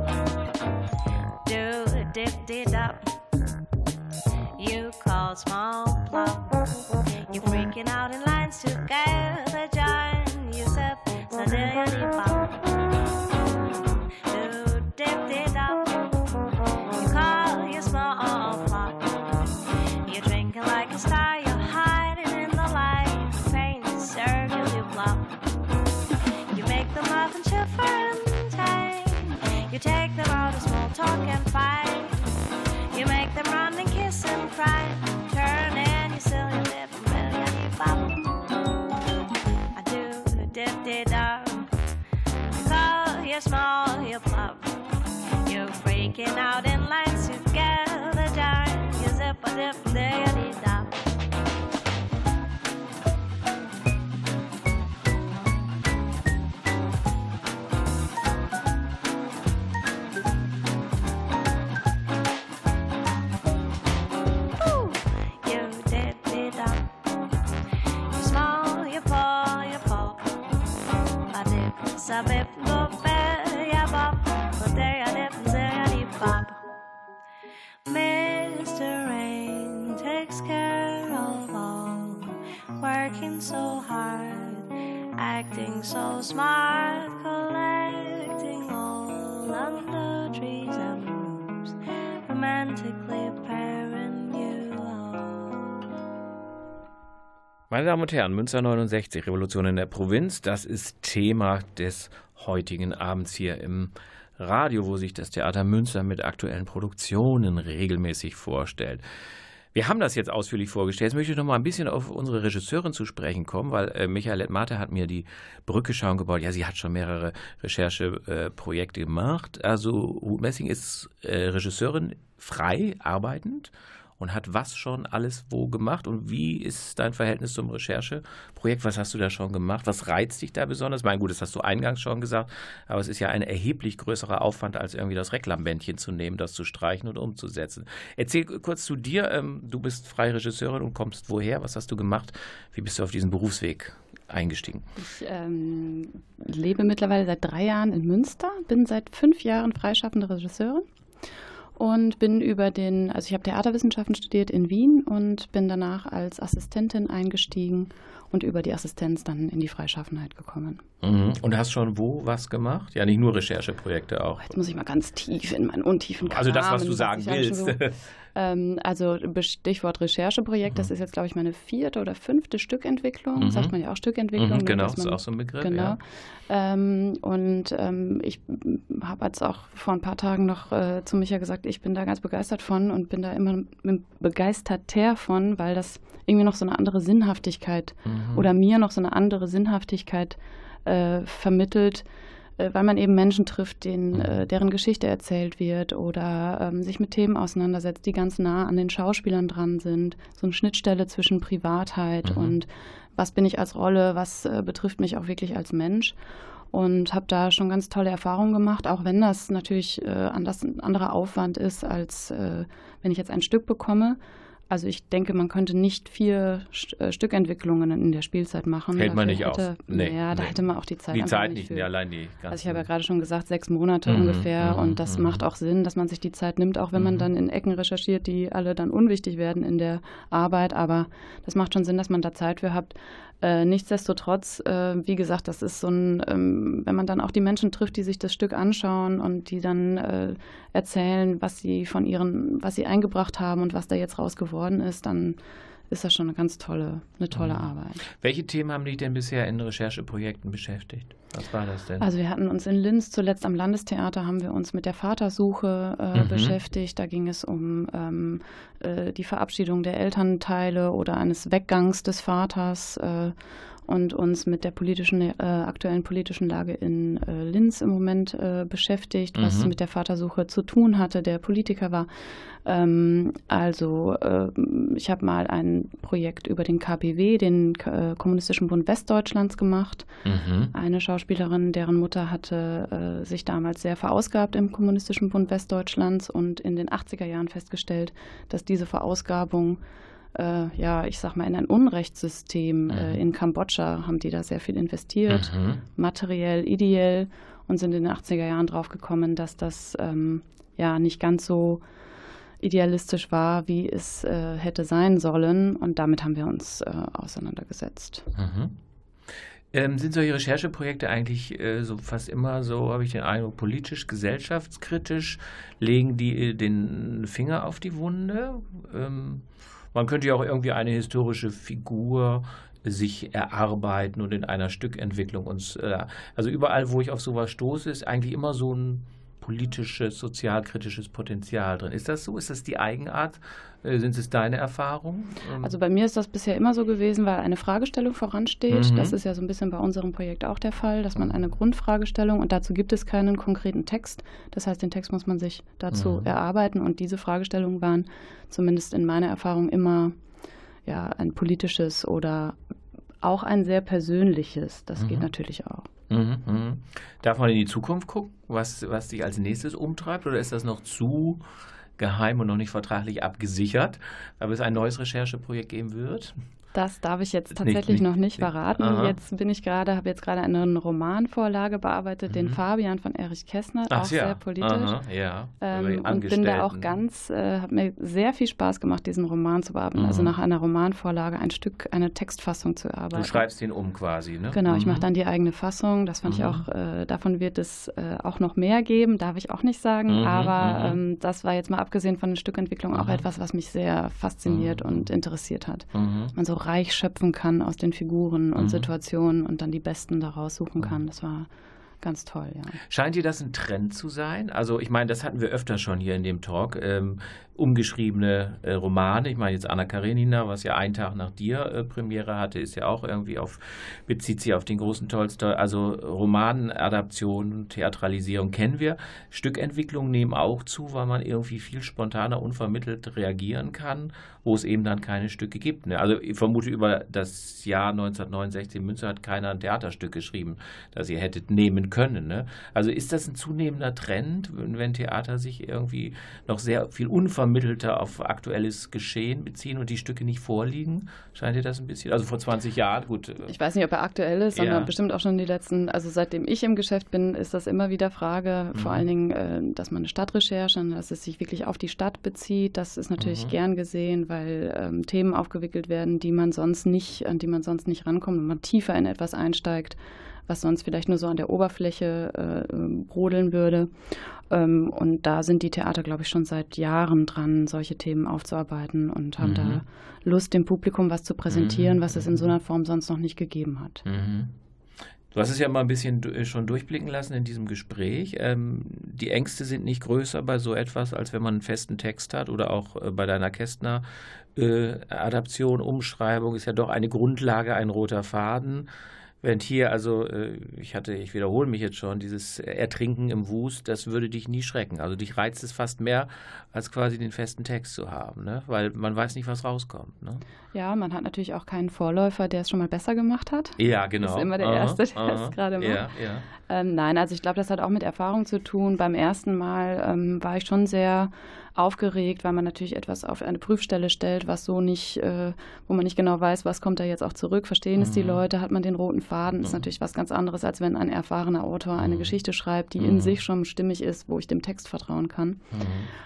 Do it dip dip up. You call small plop. You're freaking out in lines together, giant. You said, so dilly pop. Do dip dip up. You call your small plop. You're drinking like a star. You're hiding in the light. Paint circles you plop. you're small, you pop. You're breaking out in lines together, giant. You zip a dip, there you need that. Mister Rain takes care of all, working so hard, acting so smart, collecting all under trees and roofs, romantically pairing you all. Meine Damen und Herren, Münster neunundsechzig, Revolution in der Provinz, das ist Thema des heutigen Abends hier im Radio, wo sich das Theater Münster mit aktuellen Produktionen regelmäßig vorstellt. Wir haben das jetzt ausführlich vorgestellt. Jetzt möchte ich noch mal ein bisschen auf unsere Regisseurin zu sprechen kommen, weil äh, Michael Lettmate hat mir die Brücke schauen gebaut. Ja, sie hat schon mehrere Rechercheprojekte äh, gemacht. Also Ruth Messing ist äh, Regisseurin, frei arbeitend und hat was schon alles wo gemacht? Und wie ist dein Verhältnis zum Rechercheprojekt? Was hast du da schon gemacht? Was reizt dich da besonders? Ich meine, gut, das hast du eingangs schon gesagt, aber es ist ja ein erheblich größerer Aufwand, als irgendwie das Reklambändchen zu nehmen, das zu streichen und umzusetzen. Erzähl kurz zu dir. Ähm, du bist freie Regisseurin und kommst woher? Was hast du gemacht? Wie bist du auf diesen Berufsweg eingestiegen? Ich ähm, lebe mittlerweile seit drei Jahren in Münster, bin seit fünf Jahren freischaffende Regisseurin. Und bin über den, also ich habe Theaterwissenschaften studiert in Wien und bin danach als Assistentin eingestiegen und über die Assistenz dann in die Freischaffenheit gekommen. Mhm. Und hast schon wo was gemacht? Ja, nicht nur Rechercheprojekte auch. Jetzt muss ich mal ganz tief in meinen untiefen Kram. Also das, was du sagen was willst. So, ähm, also Stichwort Rechercheprojekt, mhm. das ist jetzt, glaube ich, meine vierte oder fünfte Stückentwicklung. Mhm. Sagt man ja auch Stückentwicklung. Mhm, genau, das ist auch so ein Begriff. Genau. Ja. Ähm, und ähm, ich habe jetzt auch vor ein paar Tagen noch äh, zu Micha gesagt, ich bin da ganz begeistert von und bin da immer begeisterter von, weil das irgendwie noch so eine andere Sinnhaftigkeit mhm. oder mir noch so eine andere Sinnhaftigkeit äh, vermittelt, äh, weil man eben Menschen trifft, denen, äh, deren Geschichte erzählt wird oder ähm, sich mit Themen auseinandersetzt, die ganz nah an den Schauspielern dran sind. So eine Schnittstelle zwischen Privatheit mhm. und was bin ich als Rolle, was äh, betrifft mich auch wirklich als Mensch. Und habe da schon ganz tolle Erfahrungen gemacht, auch wenn das natürlich äh, anders, ein anderer Aufwand ist, als äh, wenn ich jetzt ein Stück bekomme. Also ich denke, man könnte nicht vier St- äh, Stückentwicklungen in der Spielzeit machen. Hält man nicht hätte, aus. Nee, ja, da nee. hätte man auch die Zeit Die einfach Zeit nicht nicht, für. ja, allein die ganzen. Also ich habe ja gerade schon gesagt, sechs Monate mhm, ungefähr mhm, und das mhm. macht auch Sinn, dass man sich die Zeit nimmt, auch wenn man mhm. dann in Ecken recherchiert, die alle dann unwichtig werden in der Arbeit, aber das macht schon Sinn, dass man da Zeit für hat. Äh, nichtsdestotrotz, äh, wie gesagt, das ist so ein, ähm, wenn man dann auch die Menschen trifft, die sich das Stück anschauen und die dann äh, erzählen, was sie von ihren, was sie eingebracht haben und was da jetzt raus geworden ist, dann ist das schon eine ganz tolle, eine tolle mhm. Arbeit. Welche Themen haben dich denn bisher in Rechercheprojekten beschäftigt? Was war das denn? Also wir hatten uns in Linz zuletzt am Landestheater, haben wir uns mit der Vatersuche äh, mhm. beschäftigt. Da ging es um ähm, äh, die Verabschiedung der Elternteile oder eines Weggangs des Vaters äh, und uns mit der politischen, äh, aktuellen politischen Lage in äh, Linz im Moment äh, beschäftigt, mhm. was mit der Vatersuche zu tun hatte, der Politiker war. Ähm, also äh, ich habe mal ein Projekt über den K P W, den äh, Kommunistischen Bund Westdeutschlands, gemacht. Mhm. Eine Schauspielerin, deren Mutter hatte äh, sich damals sehr verausgabt im Kommunistischen Bund Westdeutschlands und in den achtziger Jahren festgestellt, dass diese Verausgabung Äh, ja, ich sag mal, in ein Unrechtssystem mhm. äh, in Kambodscha haben die da sehr viel investiert, mhm. materiell, ideell, und sind in den achtziger Jahren drauf gekommen, dass das ähm, ja nicht ganz so idealistisch war, wie es äh, hätte sein sollen, und damit haben wir uns äh, auseinandergesetzt. Mhm. Ähm, sind solche Rechercheprojekte eigentlich äh, so fast immer so, habe ich den Eindruck, politisch, gesellschaftskritisch? Legen die äh, den Finger auf die Wunde? Ähm, Man könnte ja auch irgendwie eine historische Figur sich erarbeiten und in einer Stückentwicklung uns, äh, also überall, wo ich auf sowas stoße, ist eigentlich immer so ein, politisches, sozialkritisches Potenzial drin. Ist das so? Ist das die Eigenart? Sind es deine Erfahrungen? Also bei mir ist das bisher immer so gewesen, weil eine Fragestellung voransteht. Mhm. Das ist ja so ein bisschen bei unserem Projekt auch der Fall, dass man eine Grundfragestellung, und dazu gibt es keinen konkreten Text. Das heißt, den Text muss man sich dazu Mhm. erarbeiten, und diese Fragestellungen waren zumindest in meiner Erfahrung immer ja, ein politisches oder auch ein sehr persönliches. Das Mhm. geht natürlich auch. Mhm, mhm. Darf man in die Zukunft gucken, was, was dich als nächstes umtreibt, oder ist das noch zu geheim und noch nicht vertraglich abgesichert, weil es ein neues Rechercheprojekt geben wird? Das darf ich jetzt Nicht- tatsächlich nicht- noch nicht nicht. verraten. Aha. Jetzt bin ich gerade, habe jetzt gerade eine Romanvorlage bearbeitet, den Mhm. Fabian von Erich Kästner, Ach auch ja. sehr politisch. Aha, ja. Über die Ähm, und bin da auch Angestellten. ganz, äh, hat mir sehr viel Spaß gemacht, diesen Roman zu bearbeiten. Mhm. Also nach einer Romanvorlage ein Stück, eine Textfassung zu erarbeiten. Du schreibst den um quasi, ne? Genau, ich Mhm. mache dann die eigene Fassung. Das fand ich Mhm. auch, äh, davon wird es äh, auch noch mehr geben, darf ich auch nicht sagen. Mhm, Aber mhm. ähm, das war jetzt mal abgesehen von der Stückentwicklung auch Mhm. etwas, was mich sehr fasziniert Mhm. und interessiert hat. Mhm. Man so reich schöpfen kann aus den Figuren und Mhm. Situationen und dann die besten daraus suchen Mhm. kann. Das war ganz toll, ja. Scheint dir das ein Trend zu sein? Also ich meine, das hatten wir öfter schon hier in dem Talk. Ähm, umgeschriebene äh, Romane. Ich meine jetzt Anna Karenina, was ja einen Tag nach dir äh, Premiere hatte, ist ja auch irgendwie auf, bezieht sich auf den großen Tolstoi. Also Romanadaption, Theatralisierung kennen wir. Stückentwicklungen nehmen auch zu, weil man irgendwie viel spontaner, unvermittelt reagieren kann, wo es eben dann keine Stücke gibt. Ne? Also ich vermute, über das Jahr neunzehnhundertneunundsechzig in Münster hat keiner ein Theaterstück geschrieben, das ihr hättet nehmen können. Ne? Also ist das ein zunehmender Trend, wenn, wenn Theater sich irgendwie noch sehr viel unvermittelt Mittelter auf aktuelles Geschehen beziehen und die Stücke nicht vorliegen? Scheint dir das ein bisschen? Also vor zwanzig Jahren, gut. Ich weiß nicht, ob er aktuell ist, sondern Ja. bestimmt auch schon die letzten, also seitdem ich im Geschäft bin, ist das immer wieder Frage, Mhm. vor allen Dingen, äh, dass man eine Stadtrecherche, dass es sich wirklich auf die Stadt bezieht. Das ist natürlich Mhm. gern gesehen, weil ähm, Themen aufgewickelt werden, die man sonst nicht, an die man sonst nicht rankommt, wenn man tiefer in etwas einsteigt, was sonst vielleicht nur so an der Oberfläche äh, brodeln würde. Ähm, und da sind die Theater, glaube ich, schon seit Jahren dran, solche Themen aufzuarbeiten und haben Mhm. da Lust, dem Publikum was zu präsentieren, Mhm. was es in so einer Form sonst noch nicht gegeben hat. Mhm. Du hast es ja mal ein bisschen du- schon durchblicken lassen in diesem Gespräch. Ähm, die Ängste sind nicht größer bei so etwas, als wenn man einen festen Text hat oder auch äh, bei deiner Kästner äh, Adaption, Umschreibung ist ja doch eine Grundlage, ein roter Faden. Während hier, also äh, ich hatte, ich wiederhole mich jetzt schon, dieses Ertrinken im Wust, das würde dich nie schrecken. Also dich reizt es fast mehr, als quasi den festen Text zu haben, ne? Weil man weiß nicht, was rauskommt. Ne? Ja, man hat natürlich auch keinen Vorläufer, der es schon mal besser gemacht hat. Ja, genau. Das ist immer der Aha, Erste, der aha. es gerade macht. Ja, ja. Ähm, nein, also ich glaube, das hat auch mit Erfahrung zu tun. Beim ersten Mal ähm, war ich schon sehr aufgeregt, weil man natürlich etwas auf eine Prüfstelle stellt, was so nicht, äh, wo man nicht genau weiß, was kommt da jetzt auch zurück. Verstehen es die Mhm. Leute? Hat man den roten Faden? Ist Mhm. natürlich was ganz anderes, als wenn ein erfahrener Autor eine Mhm. Geschichte schreibt, die Mhm. in sich schon stimmig ist, wo ich dem Text vertrauen kann. Mhm.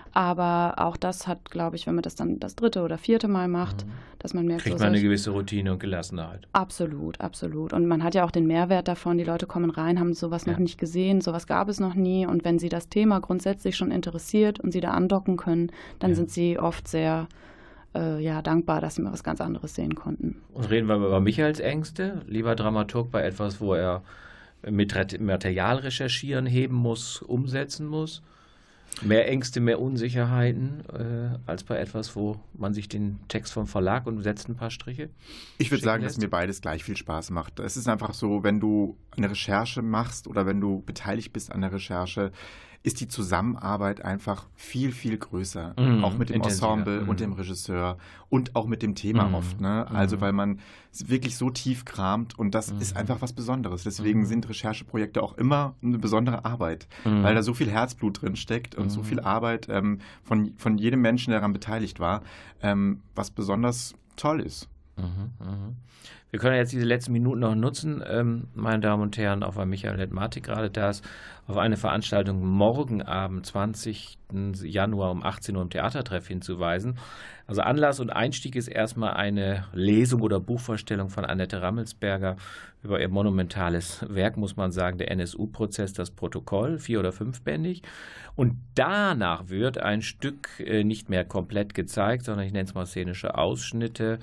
Aber auch das hat, glaube ich, wenn man das dann das dritte oder vierte Mal macht, Mhm. dass man merkt, Kriegt so man eine solche- gewisse Routine und Gelassenheit. Absolut, absolut. Und man hat ja auch den Mehrwert davon, die Leute kommen rein, haben sowas noch Ja. nicht gesehen, sowas gab es noch nie. Und wenn sie das Thema grundsätzlich schon interessiert und sie da andocken können, dann Ja. sind sie oft sehr äh, ja, dankbar, dass sie mal was ganz anderes sehen konnten. Und reden wir über Michaels Ängste. Lieber Dramaturg bei etwas, wo er mit Ret- Material recherchieren, heben muss, umsetzen muss. Mehr Ängste, mehr Unsicherheiten, äh, als bei etwas, wo man sich den Text vom Verlag und setzt ein paar Striche. Ich würde schicken sagen, dass lässt. mir beides gleich viel Spaß macht. Es ist einfach so, wenn du eine Recherche machst oder wenn du beteiligt bist an der Recherche, ist die Zusammenarbeit einfach viel, viel größer. Mhm, auch mit dem intensiver. Ensemble Mhm. und dem Regisseur und auch mit dem Thema Mhm. oft. Ne? Also Mhm. weil man wirklich so tief kramt und das Mhm. ist einfach was Besonderes. Deswegen Mhm. sind Rechercheprojekte auch immer eine besondere Arbeit, Mhm. weil da so viel Herzblut drin steckt und Mhm. so viel Arbeit ähm, von, von jedem Menschen, der daran beteiligt war, ähm, was besonders toll ist. Mhm, mhm. Wir können jetzt diese letzten Minuten noch nutzen, ähm, meine Damen und Herren, auch weil Michael Hetmatik gerade da ist, auf eine Veranstaltung morgen Abend, zwanzigsten Januar um achtzehn Uhr im Theatertreff hinzuweisen. Also Anlass und Einstieg ist erstmal eine Lesung oder Buchvorstellung von Annette Rammelsberger über ihr monumentales Werk, muss man sagen, der N S U-Prozess, das Protokoll, vier- oder fünfbändig. Und danach wird ein Stück äh, nicht mehr komplett gezeigt, sondern ich nenne es mal szenische Ausschnitte,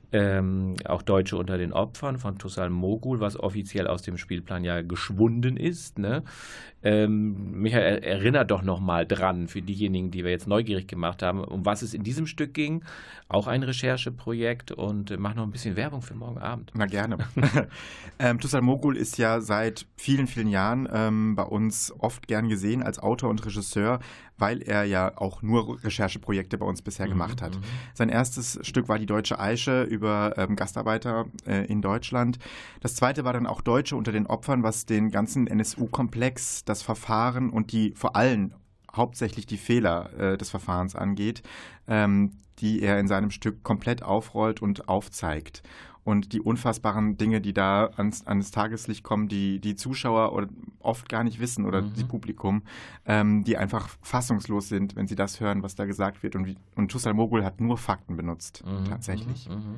ähm, auch Deutsche unter den Opfern von Tussal Mogul, was offiziell aus dem Spielplan ja geschwunden ist, ne? Ähm, Michael, erinnert doch noch mal dran für diejenigen, die wir jetzt neugierig gemacht haben, um was es in diesem Stück ging. Auch ein Rechercheprojekt und äh, mach noch ein bisschen Werbung für morgen Abend. Na gerne. ähm, Tussal Mogul ist ja seit vielen, vielen Jahren ähm, bei uns oft gern gesehen als Autor und Regisseur, weil er ja auch nur Rechercheprojekte bei uns bisher mhm, gemacht hat. Mhm. Sein erstes Stück war Die Deutsche Eiche über ähm, Gastarbeiter äh, in Deutschland. Das zweite war dann auch Deutsche unter den Opfern, was den ganzen N S U-Komplex, das Verfahren und die vor allem hauptsächlich die Fehler äh, des Verfahrens angeht, ähm, die er in seinem Stück komplett aufrollt und aufzeigt. Und die unfassbaren Dinge, die da ans, ans Tageslicht kommen, die die Zuschauer oder oft gar nicht wissen oder mhm. das Publikum, ähm, die einfach fassungslos sind, wenn sie das hören, was da gesagt wird. Und, wie, und Tussal Mogul hat nur Fakten benutzt, mhm. tatsächlich. Mhm.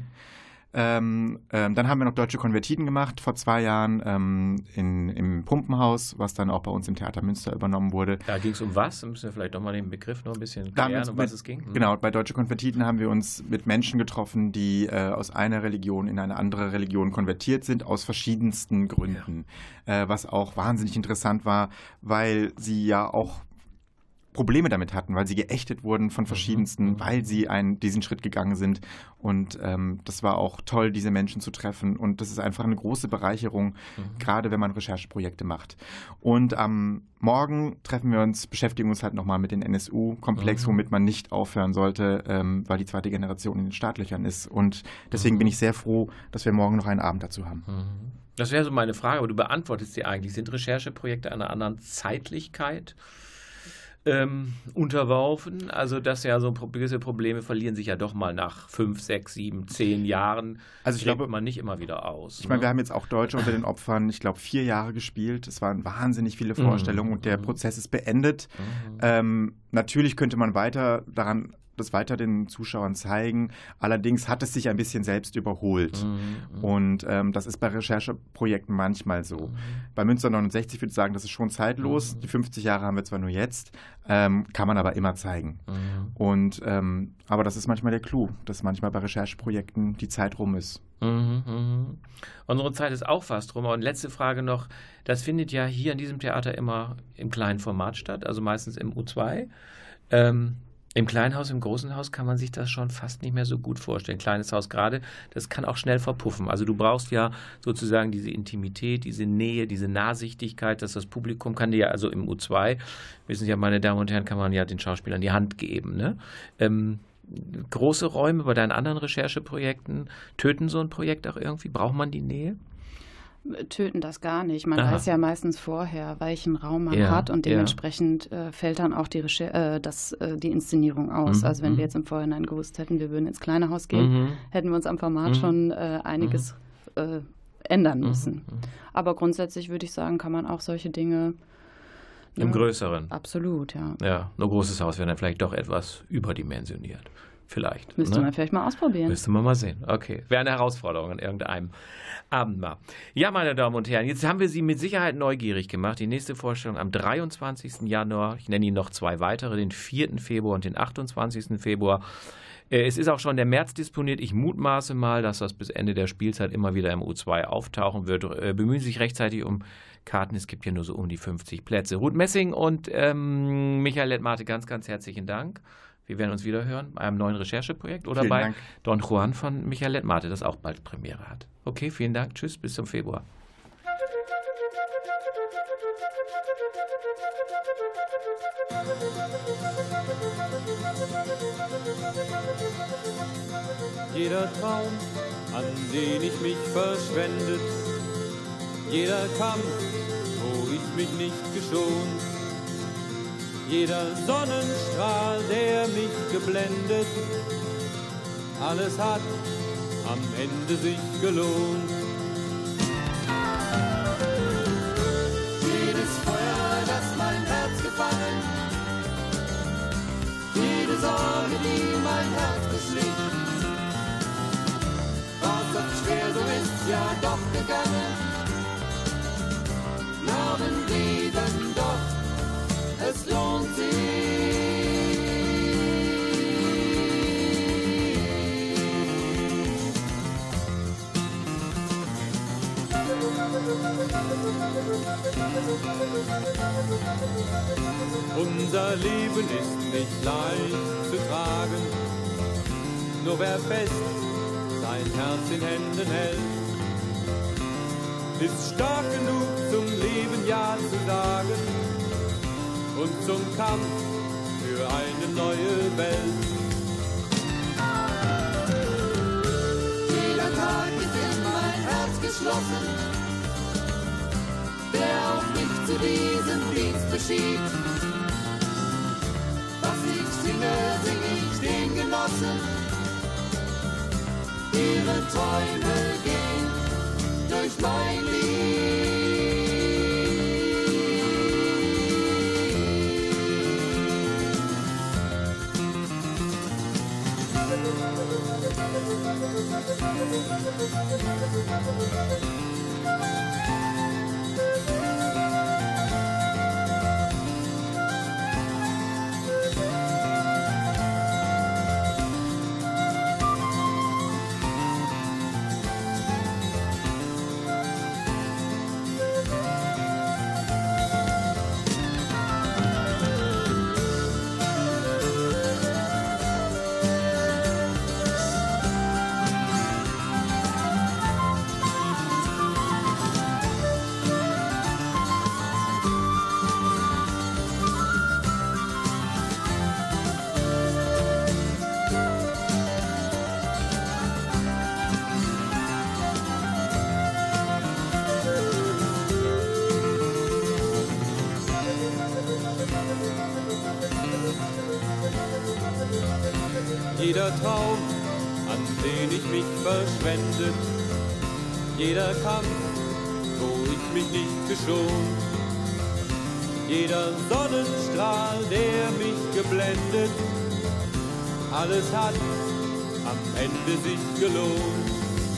Ähm, ähm, dann haben wir noch Deutsche Konvertiten gemacht, vor zwei Jahren ähm, in, im Pumpenhaus, was dann auch bei uns im Theater Münster übernommen wurde. Da ging es um was? Müssen wir vielleicht doch mal den Begriff noch ein bisschen klären, um was es ging? Genau, bei Deutsche Konvertiten haben wir uns mit Menschen getroffen, die äh, aus einer Religion in eine andere Religion konvertiert sind, aus verschiedensten Gründen. Ja. Äh, was auch wahnsinnig interessant war, weil sie ja auch Probleme damit hatten, weil sie geächtet wurden von verschiedensten, mhm. weil sie einen, diesen Schritt gegangen sind. Und ähm, das war auch toll, diese Menschen zu treffen. Und das ist einfach eine große Bereicherung, mhm. gerade wenn man Rechercheprojekte macht. Und am Morgen treffen wir uns, beschäftigen uns halt nochmal mit dem N S U-Komplex, mhm. womit man nicht aufhören sollte, ähm, weil die zweite Generation in den Startlöchern ist. Und deswegen mhm. bin ich sehr froh, dass wir morgen noch einen Abend dazu haben. Mhm. Das wäre so meine Frage, aber du beantwortest sie eigentlich. Sind Rechercheprojekte einer anderen Zeitlichkeit Ähm, unterworfen, also dass ja so gewisse Probleme verlieren sich ja doch mal nach fünf, sechs, sieben, zehn Jahren. Also ich glaube, man nicht immer wieder aus. Ich ne? meine, wir haben jetzt auch Deutsche unter den Opfern, ich glaube, vier Jahre gespielt. Es waren wahnsinnig viele Vorstellungen mhm. und der Prozess ist beendet. Mhm. Ähm, natürlich könnte man weiter daran das weiter den Zuschauern zeigen. Allerdings hat es sich ein bisschen selbst überholt. Mhm, und ähm, das ist bei Rechercheprojekten manchmal so. Mhm. Bei Münster neunundsechzig würde ich sagen, das ist schon zeitlos. Mhm. Die fünfzig Jahre haben wir zwar nur jetzt, ähm, kann man aber immer zeigen. Mhm. Und ähm, aber das ist manchmal der Clou, dass manchmal bei Rechercheprojekten die Zeit rum ist. Mhm, mh. Unsere Zeit ist auch fast rum. Und letzte Frage noch, das findet ja hier in diesem Theater immer im kleinen Format statt, also meistens im U zwei. Ähm, Im kleinen Haus, im großen Haus kann man sich das schon fast nicht mehr so gut vorstellen. Kleines Haus gerade, das kann auch schnell verpuffen. Also du brauchst ja sozusagen diese Intimität, diese Nähe, diese Nahsichtigkeit, dass das Publikum kann dir ja, also im U zwei, wissen Sie ja, meine Damen und Herren, kann man ja den Schauspielern die Hand geben. Ne? Ähm, große Räume bei deinen anderen Rechercheprojekten, töten so ein Projekt auch irgendwie? Braucht man die Nähe? Töten das gar nicht. Man Aha. weiß ja meistens vorher, welchen Raum man ja, hat und dementsprechend ja. äh, fällt dann auch die, Recher- äh, das, äh, die Inszenierung aus. Mhm. Also wenn wir jetzt im Vorhinein gewusst hätten, wir würden ins kleine Haus gehen, mhm. hätten wir uns am Format mhm. schon äh, einiges mhm. äh, ändern müssen. Mhm. Aber grundsätzlich würde ich sagen, kann man auch solche Dinge im ja, Größeren. Absolut, ja. Ja, nur großes Haus wäre dann vielleicht doch etwas überdimensioniert. Vielleicht. Müsste ne? man vielleicht mal ausprobieren. Müsste man mal sehen. Okay. Wäre eine Herausforderung an irgendeinem Abend mal. Ja, meine Damen und Herren, jetzt haben wir Sie mit Sicherheit neugierig gemacht. Die nächste Vorstellung am dreiundzwanzigsten Januar. Ich nenne Ihnen noch zwei weitere, den vierten Februar und den achtundzwanzigsten Februar. Es ist auch schon der März disponiert. Ich mutmaße mal, dass das bis Ende der Spielzeit immer wieder im U zwei auftauchen wird. Bemühen Sie sich rechtzeitig um Karten. Es gibt ja nur so um die fünfzig Plätze. Ruth Messing und ähm, Michael Lettmate, ganz, ganz herzlichen Dank. Wir werden uns wieder hören bei einem neuen Rechercheprojekt oder vielen bei Dank. Don Juan von Michael Lettmate, das auch bald Premiere hat. Okay, vielen Dank. Tschüss, bis zum Februar. Jeder Traum, an den ich mich verschwendet, jeder Kampf, wo ich mich nicht geschont, jeder Sonnenstrahl, der mich geblendet, alles hat am Ende sich gelohnt. Jedes Feuer, das mein Herz gefangen, jede Sorge, die mein Herz beschlich, war's oft schwer, so ist's ja doch gegangen. Glauben, lieben, doch es lohnt sich. Unser Leben ist nicht leicht zu tragen, nur wer fest sein Herz in Händen hält, ist stark genug zum Leben Ja zu sagen und zum Kampf für eine neue Welt. Jeder Tag ist in mein Herz geschlossen, der auch mich zu diesem Dienst beschied. Was ich singe, sing ich den Genossen, ihre Träume gehen durch mein Lied. Jeder Traum, an den ich mich verschwendet, jeder Kampf, wo ich mich nicht geschont, jeder Sonnenstrahl, der mich geblendet, alles hat am Ende sich gelohnt.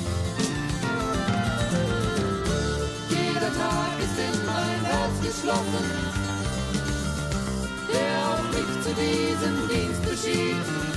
Jeder Tag ist in mein Herz geschlossen, der auch mich zu diesem Dienst beschied.